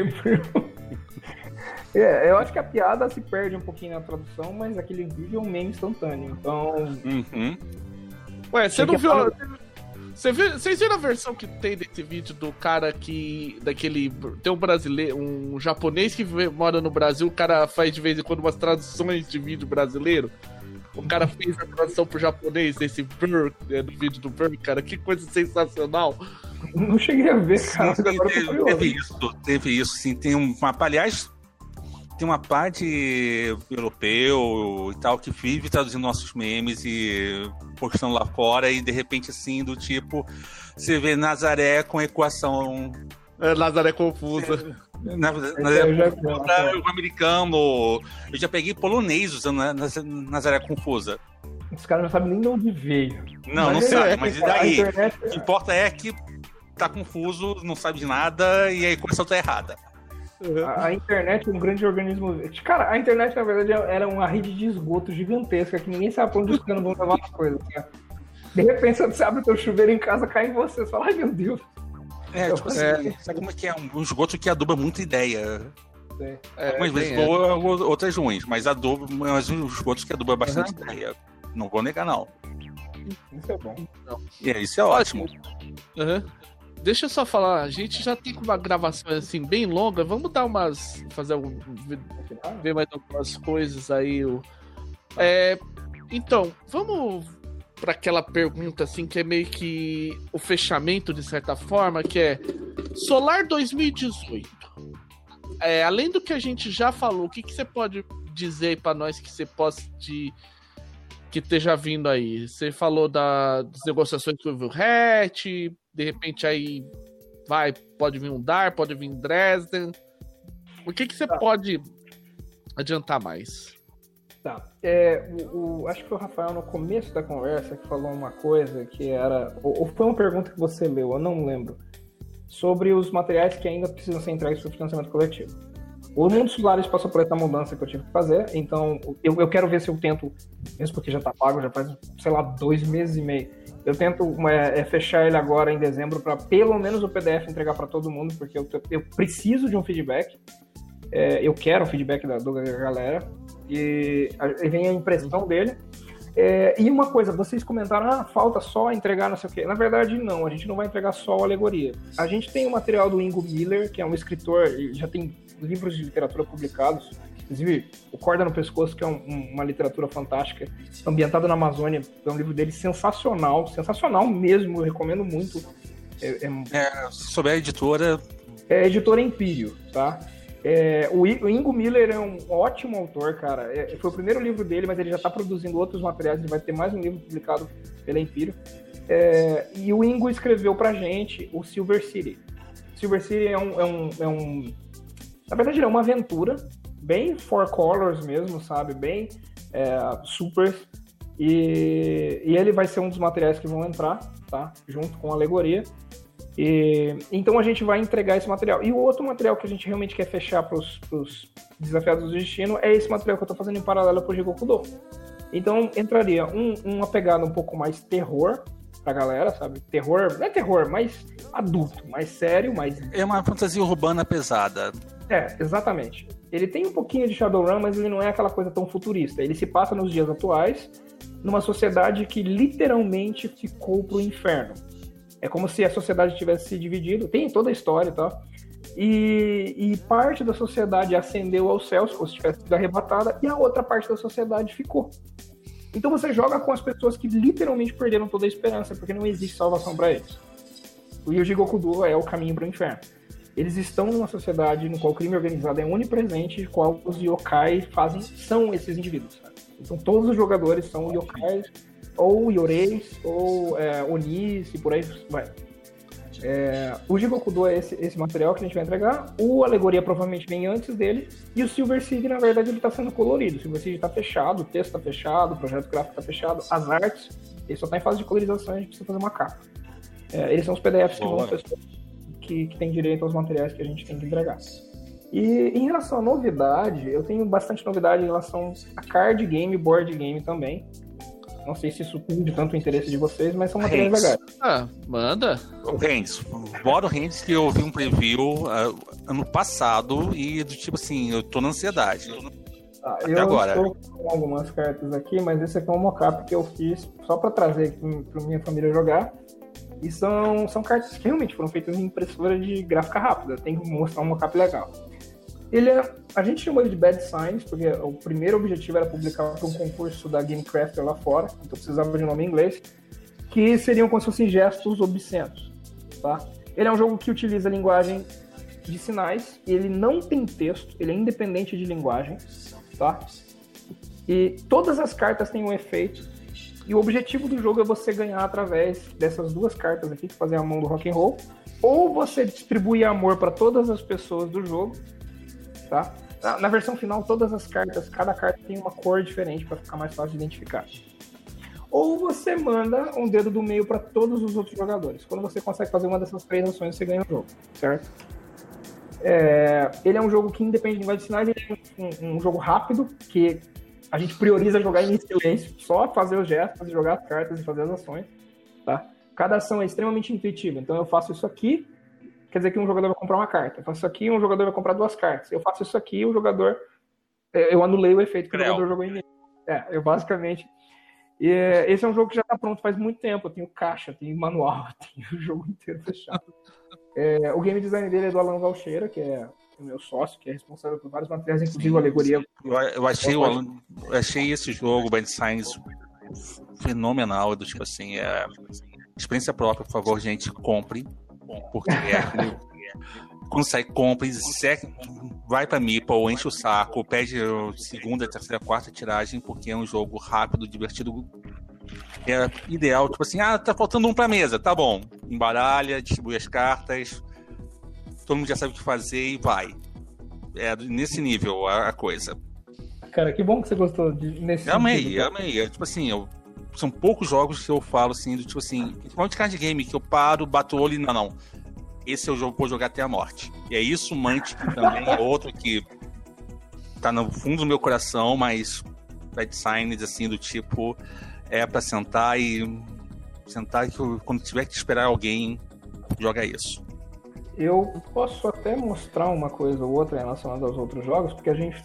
[SPEAKER 3] Eu acho que a piada se perde um pouquinho na tradução, mas aquele vídeo é um meme instantâneo. Então.
[SPEAKER 2] Uhum.
[SPEAKER 1] Ué, você não viu? Vocês viram a versão que tem desse vídeo do cara que. Tem um brasileiro, um japonês que mora no Brasil, o cara faz de vez em quando umas traduções de vídeo brasileiro. O cara fez a tradução pro japonês desse Burr, do vídeo do Burr, cara, que coisa sensacional.
[SPEAKER 3] Não cheguei a ver, cara.
[SPEAKER 2] Sim, teve isso, sim. Aliás, tem uma parte europeu e tal que vive traduzindo nossos memes e postando lá fora, e de repente, assim, do tipo, você vê Nazaré com equação.
[SPEAKER 1] Nazaré confusa.
[SPEAKER 2] O americano. Eu já peguei polonês usando Nazaré confusa.
[SPEAKER 3] Os caras não sabem nem de onde veio.
[SPEAKER 2] Não sabe, mas e daí? O que importa é que tá confuso, não sabe de nada e a equação tá errada.
[SPEAKER 3] A internet é um grande organismo. Cara, a internet, na verdade, era uma rede de esgoto gigantesca que ninguém sabe pra onde os caras vão levar as coisas. Cara. De repente, você abre o teu chuveiro em casa, cai em você. Você fala, ai meu Deus.
[SPEAKER 2] Sabe como é que é? Um esgoto que aduba muita ideia. Algumas vezes boa, outras ruins, mas os esgotos que aduba bastante ideia. Não vou negar, não.
[SPEAKER 3] Isso é bom.
[SPEAKER 2] Isso é ótimo.
[SPEAKER 1] Deixa eu só falar, a gente já tem uma gravação assim bem longa, vamos dar ver mais algumas coisas aí. Então, vamos para aquela pergunta assim que é meio que o fechamento de certa forma, que é Solar 2018. Além do que a gente já falou, o que você pode dizer para nós que você que esteja vindo aí? Você falou das negociações com o Evil Hat, de repente aí pode vir um Dar, pode vir Dresden. O que você pode adiantar mais?
[SPEAKER 3] Tá. Acho que foi o Rafael no começo da conversa que falou uma coisa que era. Ou foi uma pergunta que você leu, eu não lembro. Sobre os materiais que ainda precisam ser entregues para o financiamento coletivo. O Mundo Solaris passou por essa mudança que eu tive que fazer, então eu quero ver se eu tento, mesmo porque já tá pago, já faz, 2 meses e meio, eu tento fechar ele agora em dezembro para pelo menos o PDF entregar para todo mundo, porque eu preciso de um feedback, eu quero o feedback da galera, e vem a impressão dele. E uma coisa, vocês comentaram, falta só entregar não sei o quê. Na verdade, não, a gente não vai entregar só a alegoria. A gente tem o material do Ingo Miller, que é um escritor, já tem livros de literatura publicados, inclusive o Corda no Pescoço, que é uma literatura fantástica, ambientada na Amazônia, é um livro dele sensacional mesmo, eu recomendo muito.
[SPEAKER 2] Sobre a editora...
[SPEAKER 3] É a editora Empírio, tá? O Ingo Miller é um ótimo autor, cara. Foi o primeiro livro dele, mas ele já está produzindo outros materiais. Ele vai ter mais um livro publicado pela Empírio. E o Ingo escreveu pra gente o Silver City. Silver City na verdade, ele é uma aventura, bem Four Colors mesmo, sabe? Bem super. E ele vai ser um dos materiais que vão entrar, tá? Junto com a alegoria. Então a gente vai entregar esse material. E o outro material que a gente realmente quer fechar para os desafiados do destino é esse material que eu estou fazendo em paralelo para o Jigokudo. Então entraria uma pegada um pouco mais terror pra galera, sabe? Terror, não é terror, mais adulto, mais sério, mais...
[SPEAKER 2] É uma fantasia urbana pesada.
[SPEAKER 3] Exatamente. Ele tem um pouquinho de Shadowrun, mas ele não é aquela coisa tão futurista. Ele se passa nos dias atuais, numa sociedade que literalmente ficou pro inferno. É como se a sociedade tivesse se dividido, tem toda a história e tal, e parte da sociedade ascendeu aos céus, como se tivesse sido arrebatada, e a outra parte da sociedade ficou. Então você joga com as pessoas que literalmente perderam toda a esperança, porque não existe salvação para eles. O Jigokudo é o caminho para o inferno. Eles estão numa sociedade no qual o crime organizado é onipresente, no qual os yokai são esses indivíduos. Sabe? Então todos os jogadores são yokais ou Yoreis, ou Onis, e por aí vai. O Jigokudo é esse material que a gente vai entregar. O Alegoria provavelmente vem antes dele. E o Silver Seed, na verdade, ele está sendo colorido. O Silver Seed está fechado, o texto está fechado, o projeto gráfico está fechado, as artes, ele só está em fase de colorização, a gente precisa fazer uma capa. Eles são os PDFs que vão pessoas que têm direito aos materiais que a gente tem que entregar. E em relação à novidade, eu tenho bastante novidade em relação a card game e board game também. Não sei se isso tem de tanto interesse de vocês, mas são materiais legais.
[SPEAKER 1] Manda.
[SPEAKER 2] O Hands. Bora o Hands, que eu vi um preview ano passado e do tipo assim, eu tô na ansiedade. Até agora.
[SPEAKER 3] Eu estou com algumas cartas aqui, mas esse aqui é um mockup que eu fiz só para trazer aqui para minha família jogar. E são cartas que realmente foram feitas em impressora de gráfica rápida. Tem que mostrar um mockup legal. A gente chamou ele de Bad Signs, porque o primeiro objetivo era publicar para um concurso da GameCrafter lá fora, então precisava de um nome em inglês, que seriam como se fossem gestos obscenos, tá? Ele é um jogo que utiliza linguagem de sinais, ele não tem texto, ele é independente de linguagem, tá? E todas as cartas têm um efeito, e o objetivo do jogo é você ganhar através dessas duas cartas aqui, que fazem a mão do rock'n'roll, ou você distribuir amor para todas as pessoas do jogo, tá? Na versão final, todas as cartas, cada carta tem uma cor diferente para ficar mais fácil de identificar. Ou você manda um dedo do meio para todos os outros jogadores. Quando você consegue fazer uma dessas três ações, você ganha o jogo, certo? Ele é um jogo que independe de linguagem de sinais, ele é um jogo rápido, que a gente prioriza jogar em silêncio, só fazer os gestos, jogar as cartas e fazer as ações, tá? Cada ação é extremamente intuitiva, então eu faço isso aqui, quer dizer que um jogador vai comprar uma carta. Eu faço isso aqui, um jogador vai comprar duas cartas. Eu faço isso aqui, o jogador... Eu anulei o efeito que o jogador jogou em mim. Eu basicamente... Esse é um jogo que já está pronto faz muito tempo. Eu tenho caixa, tenho manual, tenho o jogo inteiro fechado. O game design dele é do Alan Valcheira, que é o meu sócio, que é responsável por vários materiais, inclusive a alegoria.
[SPEAKER 2] Eu achei esse jogo, Bad Signs, fenomenal. Do tipo assim, experiência própria, por favor, gente, compre. Porque quando sai, compra, vai pra Meeple, enche o saco, pede segunda, terceira, quarta tiragem, porque é um jogo rápido, divertido. É ideal, tipo assim, tá faltando um pra mesa, tá bom. Embaralha, distribui as cartas, todo mundo já sabe o que fazer e vai. É nesse nível a coisa.
[SPEAKER 3] Cara, que bom que você gostou nesse
[SPEAKER 2] Amei. Tipo assim, são poucos jogos que eu falo assim, do tipo assim, principalmente card game, que eu paro, bato o olho e não. Esse é o jogo que eu vou jogar até a morte. E é isso, Mantic também é outro que tá no fundo do meu coração, mas Bad Signs, assim, do tipo, pra sentar que quando tiver que esperar alguém, joga isso.
[SPEAKER 3] Eu posso até mostrar uma coisa ou outra relacionada aos outros jogos, porque a gente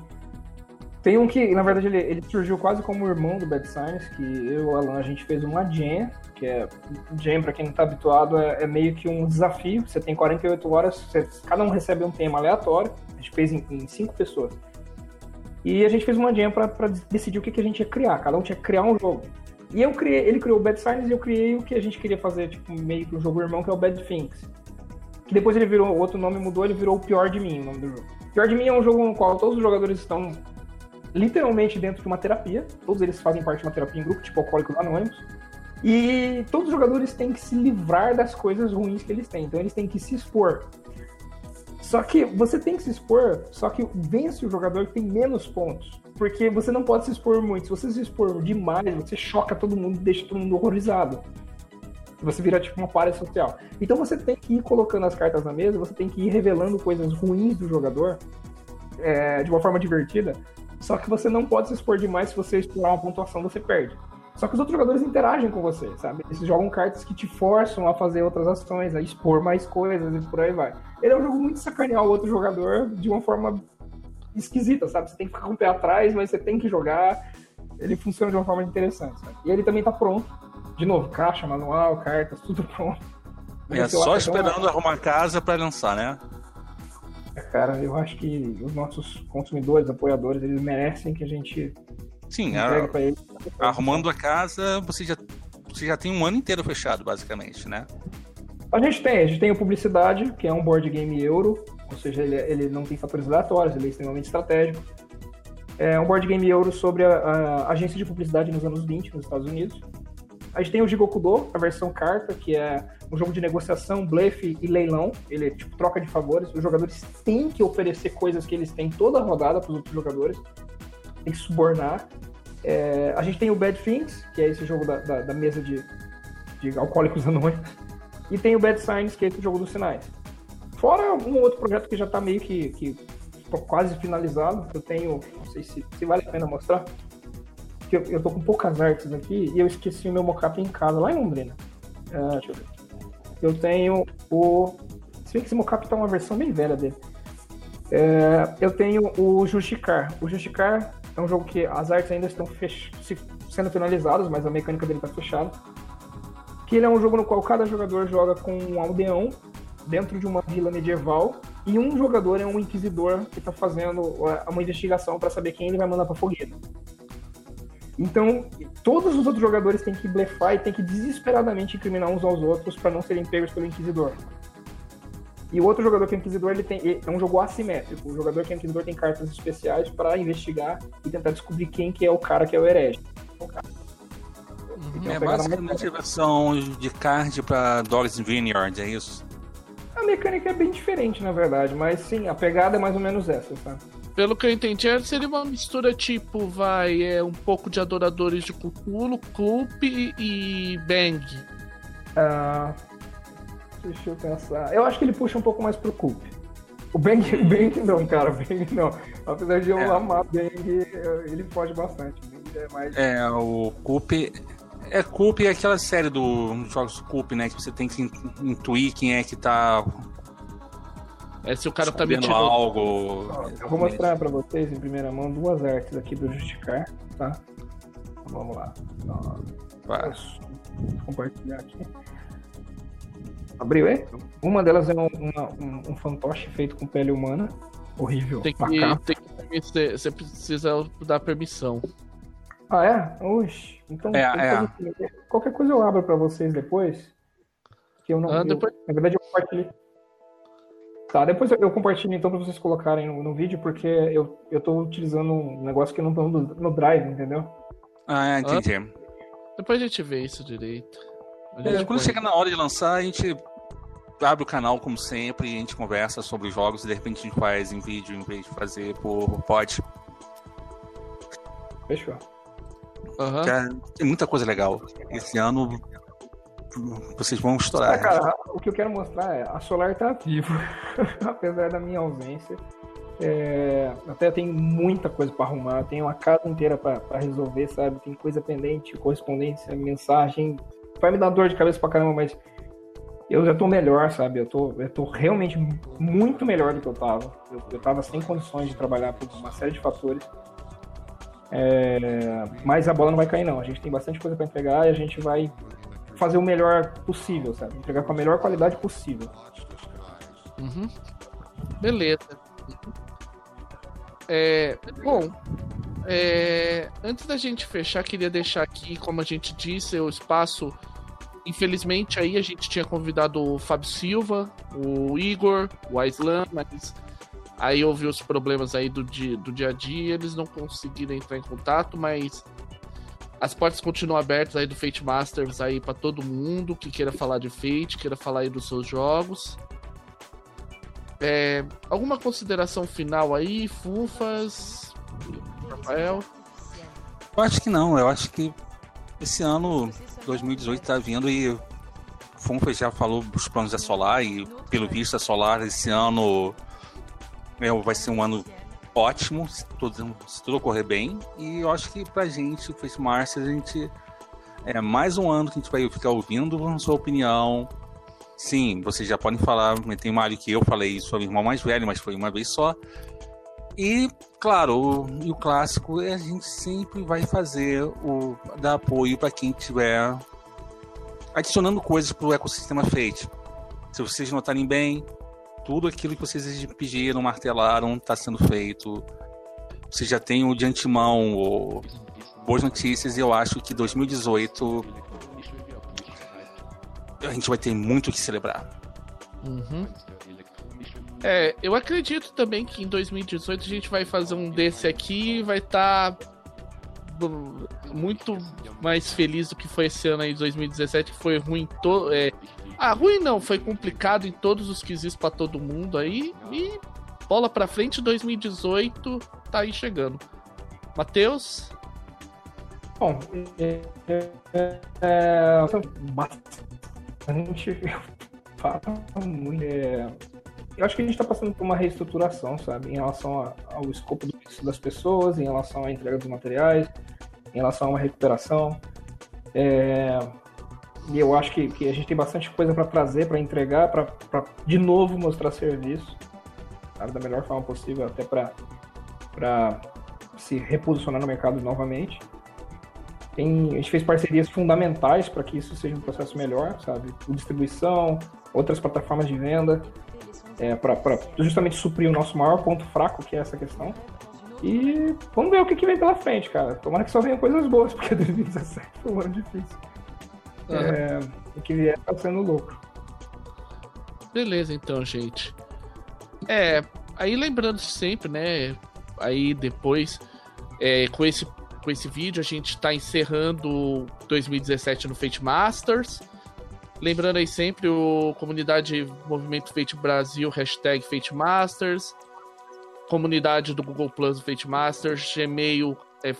[SPEAKER 3] tem um que, na verdade, ele surgiu quase como irmão do Bad Signs, que eu e o Alan, a gente fez uma jam, que jam, pra quem não tá habituado, é meio que um desafio. Você tem 48 horas, cada um recebe um tema aleatório, a gente fez em 5 pessoas. E a gente fez uma jam pra decidir o que a gente ia criar, cada um tinha que criar um jogo. E ele criou o Bad Signs e eu criei o que a gente queria fazer, tipo, meio que um jogo irmão, que é o Bad Things. Que depois ele virou, o outro nome mudou, ele virou o Pior de Mim, o nome do jogo. Pior de Mim é um jogo no qual todos os jogadores estão literalmente dentro de uma terapia. Todos eles fazem parte de uma terapia em grupo, tipo Alcoólicos Anônimos. E todos os jogadores têm que se livrar das coisas ruins que eles têm. Então eles têm que se expor. Só que você tem que se expor, só que vence o jogador que tem menos pontos. Porque você não pode se expor muito. Se você se expor demais, você choca todo mundo e deixa todo mundo horrorizado. Você vira tipo uma párea social. Então você tem que ir colocando as cartas na mesa, você tem que ir revelando coisas ruins do jogador de uma forma divertida. Só que você não pode se expor demais. Se você explorar uma pontuação, você perde. Só que os outros jogadores interagem com você, sabe? Eles jogam cartas que te forçam a fazer outras ações, a expor mais coisas e por aí vai. Ele é um jogo muito sacanear o outro jogador de uma forma esquisita, sabe? Você tem que ficar com o pé atrás, mas você tem que jogar. Ele funciona de uma forma interessante, sabe? E ele também tá pronto. De novo, caixa, manual, cartas, tudo pronto.
[SPEAKER 2] Só esperando arrumar casa para lançar, né?
[SPEAKER 3] Cara, eu acho que os nossos consumidores, apoiadores, eles merecem que a gente...
[SPEAKER 2] Sim, arrumando a casa, você já tem um ano inteiro fechado, basicamente, né?
[SPEAKER 3] A gente tem o Publicidade, que é um board game euro, ou seja, ele não tem fatores aleatórios, ele é extremamente estratégico. É um board game euro sobre a agência de publicidade nos anos 20 nos Estados Unidos. A gente tem o Jigokudo, a versão carta, que é um jogo de negociação, blefe e leilão. Ele é tipo troca de favores. Os jogadores têm que oferecer coisas que eles têm toda a rodada para os outros jogadores. Tem que subornar. A gente tem o Bad Things, que é esse jogo da mesa de alcoólicos anônimos. E tem o Bad Signs, que é esse jogo dos sinais. Fora um outro projeto que já está meio que quase finalizado. Eu tenho, não sei se vale a pena mostrar. Eu tô com poucas artes aqui e eu esqueci o meu mocap em casa, lá em Londrina. Deixa eu ver. Eu tenho o... Se bem que esse mocap tá uma versão bem velha dele. Eu tenho o Justicar. O Justicar é um jogo que as artes ainda estão sendo finalizadas, mas a mecânica dele tá fechada. Que ele é um jogo no qual cada jogador joga com um aldeão dentro de uma vila medieval e um jogador é um inquisidor que tá fazendo uma investigação para saber quem ele vai mandar pra fogueira. Então, todos os outros jogadores têm que blefar e têm que desesperadamente incriminar uns aos outros para não serem pegos pelo Inquisidor. E o outro jogador que é Inquisidor, é um jogo assimétrico. O jogador que é Inquisidor tem cartas especiais para investigar e tentar descobrir quem que é o cara que é o herege.
[SPEAKER 2] É basicamente a versão de card para Dogs Vineyard, é isso?
[SPEAKER 3] A mecânica é bem diferente, na verdade, mas sim, a pegada é mais ou menos essa, sabe?
[SPEAKER 1] Pelo que eu entendi, seria uma mistura tipo, um pouco de Adoradores de Cthulhu, Club e Bang.
[SPEAKER 3] Deixa eu pensar. Eu acho que ele puxa um pouco mais pro Club. O Bang não, cara. O Bang não. Apesar de eu amar Bang, ele foge bastante. O Bang é mais...
[SPEAKER 2] o Club... Coop é aquela série dos jogos Coop, né? Que você tem que intuir quem é que tá...
[SPEAKER 1] se o cara tá
[SPEAKER 2] vendo algo...
[SPEAKER 3] Eu vou mostrar pra vocês em primeira mão 2 artes aqui do Justicar, tá? Vamos lá. Posso compartilhar aqui. Abriu, Uma delas é um fantoche feito com pele humana. Horrível.
[SPEAKER 1] Você precisa dar permissão.
[SPEAKER 3] Ah, é? Oxi. Então, qualquer coisa eu abro pra vocês depois. Que eu não... na verdade, eu compartilhei. Tá, depois eu compartilho então pra vocês colocarem no vídeo, porque eu tô utilizando um negócio que não tô no Drive, entendeu?
[SPEAKER 2] Entendi.
[SPEAKER 1] Depois a gente vê isso direito.
[SPEAKER 2] Quando chegar na hora de lançar, a gente abre o canal como sempre e a gente conversa sobre os jogos e de repente a gente faz em vídeo em vez de fazer por pod.
[SPEAKER 3] Fechou.
[SPEAKER 2] Tem muita coisa legal. Esse ano vocês vão estourar.
[SPEAKER 3] Cara, o que eu quero mostrar a Solar tá vivo, apesar da minha ausência. Até tem muita coisa para arrumar, tem uma casa inteira para resolver, sabe? Tem coisa pendente, correspondência, mensagem. Vai me dar dor de cabeça pra caramba, mas eu já tô melhor, sabe? Eu tô realmente muito melhor do que eu tava. Eu tava sem condições de trabalhar por uma série de fatores. Mas a bola não vai cair, não. A gente tem bastante coisa para entregar e a gente vai fazer o melhor possível, sabe? Entregar com a melhor qualidade possível.
[SPEAKER 1] Beleza. Antes da gente fechar, queria deixar aqui, como a gente disse, o espaço. Infelizmente, aí a gente tinha convidado o Fábio Silva, o Igor, o Aislan, mas aí houve os problemas aí do dia a dia, eles não conseguiram entrar em contato, mas as portas continuam abertas aí do Fate Masters aí para todo mundo que queira falar de Fate, queira falar aí dos seus jogos. Alguma consideração final aí, Fufas, Rafael?
[SPEAKER 2] Eu acho que não, eu acho que esse ano 2018 tá vindo e o Fufas já falou dos planos da Solar e pelo visto a Solar esse ano vai ser um ano ótimo, se tudo ocorrer bem, e eu acho que pra gente, o Fate Masters, a gente mais um ano que a gente vai ficar ouvindo a sua opinião. Sim, vocês já podem falar, tem o Mário que eu falei isso, sou o irmão mais velho, mas foi uma vez só. E, claro, o clássico a gente sempre vai fazer dar apoio para quem estiver adicionando coisas pro ecossistema Fate. Se vocês notarem bem, tudo aquilo que vocês pediram, martelaram, está sendo feito. Vocês já têm de antemão boas notícias e eu acho que 2018 a gente vai ter muito o que celebrar.
[SPEAKER 1] Eu acredito também que em 2018 a gente vai fazer um desse aqui e vai estar muito mais feliz do que foi esse ano aí, 2017, que foi ruim ruim não, foi complicado em todos os quesitos pra todo mundo aí, e bola pra frente, 2018 tá aí chegando. Matheus?
[SPEAKER 3] Bom, bastante muito. Eu acho que a gente está passando por uma reestruturação, sabe, em relação ao escopo das pessoas, em relação à entrega dos materiais, em relação a uma recuperação. E eu acho que a gente tem bastante coisa para trazer, para entregar, para de novo mostrar serviço, sabe, da melhor forma possível, até para se reposicionar no mercado novamente. A gente fez parcerias fundamentais para que isso seja um processo melhor, sabe? Distribuição, outras plataformas de venda, para justamente suprir o nosso maior ponto fraco, que é essa questão. E vamos ver o que vem pela frente, cara. Tomara que só venham coisas boas, porque 2017 foi um ano difícil. O que vier tá sendo louco.
[SPEAKER 1] Beleza, então, gente. Aí lembrando sempre, né? Aí depois, com esse vídeo, a gente tá encerrando 2017 no Fate Masters. Lembrando aí sempre comunidade Movimento Fate Brasil, hashtag Fate Masters. Comunidade do Google Plus do Fate Masters, Gmail,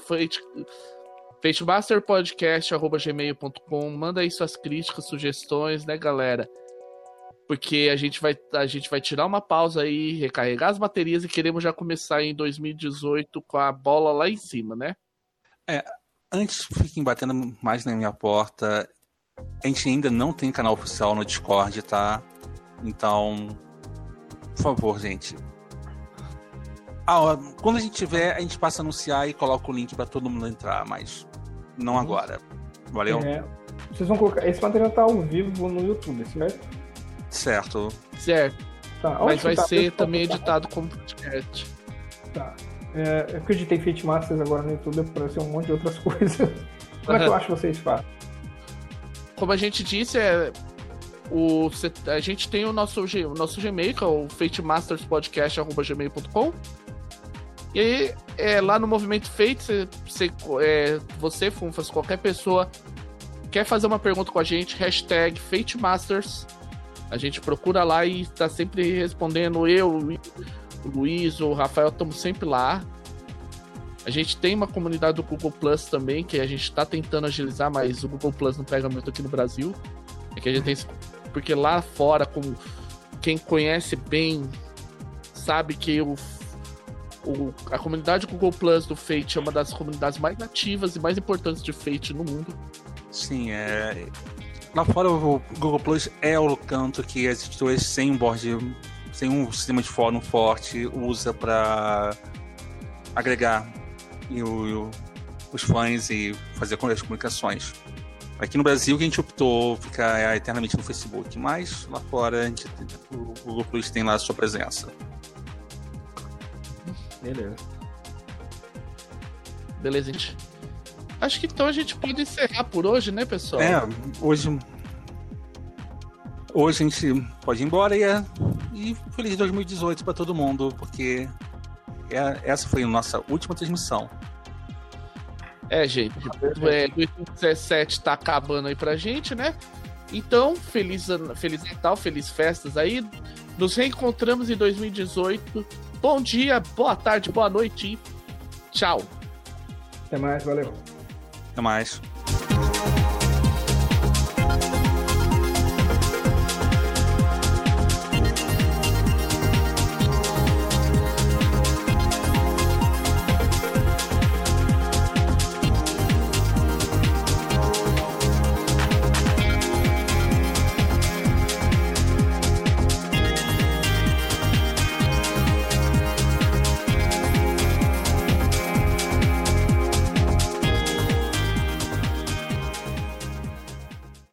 [SPEAKER 1] fatemasterpodcast@gmail.com. Manda aí suas críticas, sugestões, né, galera? Porque a gente vai tirar uma pausa aí, recarregar as baterias e queremos já começar em 2018 com a bola lá em cima, né?
[SPEAKER 2] Antes fiquem batendo mais na minha porta. A gente ainda não tem canal oficial no Discord, tá? Então, por favor, gente. Quando a gente tiver, a gente passa a anunciar e coloca o link pra todo mundo entrar, mas não agora. Valeu?
[SPEAKER 3] Vocês vão colocar. Esse material tá ao vivo no YouTube, certo?
[SPEAKER 1] Certo.
[SPEAKER 3] Tá,
[SPEAKER 1] mas vai ser também editado como podcast.
[SPEAKER 3] Tá. Eu acreditei em Fate Masters agora no YouTube, apareceu um monte de outras coisas. Como é que eu acho que vocês fazem?
[SPEAKER 1] Como a gente disse, a gente tem o nosso Gmail, que é o fatemasterspodcast@gmail.com. E aí, lá no Movimento Fate, você, Funfas, qualquer pessoa quer fazer uma pergunta com a gente, hashtag FateMasters. A gente procura lá e tá sempre respondendo. Eu, o Luiz, o Rafael, estamos sempre lá. A gente tem uma comunidade do Google Plus também, que a gente tá tentando agilizar, mas o Google Plus não pega muito aqui no Brasil. Que a gente tem, porque lá fora, como quem conhece bem, sabe que a comunidade Google Plus do Fate é uma das comunidades mais ativas e mais importantes de Fate no mundo.
[SPEAKER 2] Sim, lá fora o Google Plus é o canto que as editoras sem um sistema de fórum forte usa para agregar os fãs e fazer as comunicações. Aqui no Brasil, que a gente optou ficar eternamente no Facebook, mas lá fora o Google Plus tem lá a sua presença.
[SPEAKER 1] Beleza, gente. Acho que então a gente pode encerrar por hoje, né, pessoal?
[SPEAKER 2] Hoje a gente pode ir embora e feliz 2018 para todo mundo, porque essa foi a nossa última transmissão.
[SPEAKER 1] Gente, 2017 tá acabando aí pra gente, né? Então, feliz Natal, feliz festas aí. Nos reencontramos em 2018. Bom dia, boa tarde, boa noite e tchau.
[SPEAKER 3] Até mais, valeu.
[SPEAKER 2] Até mais.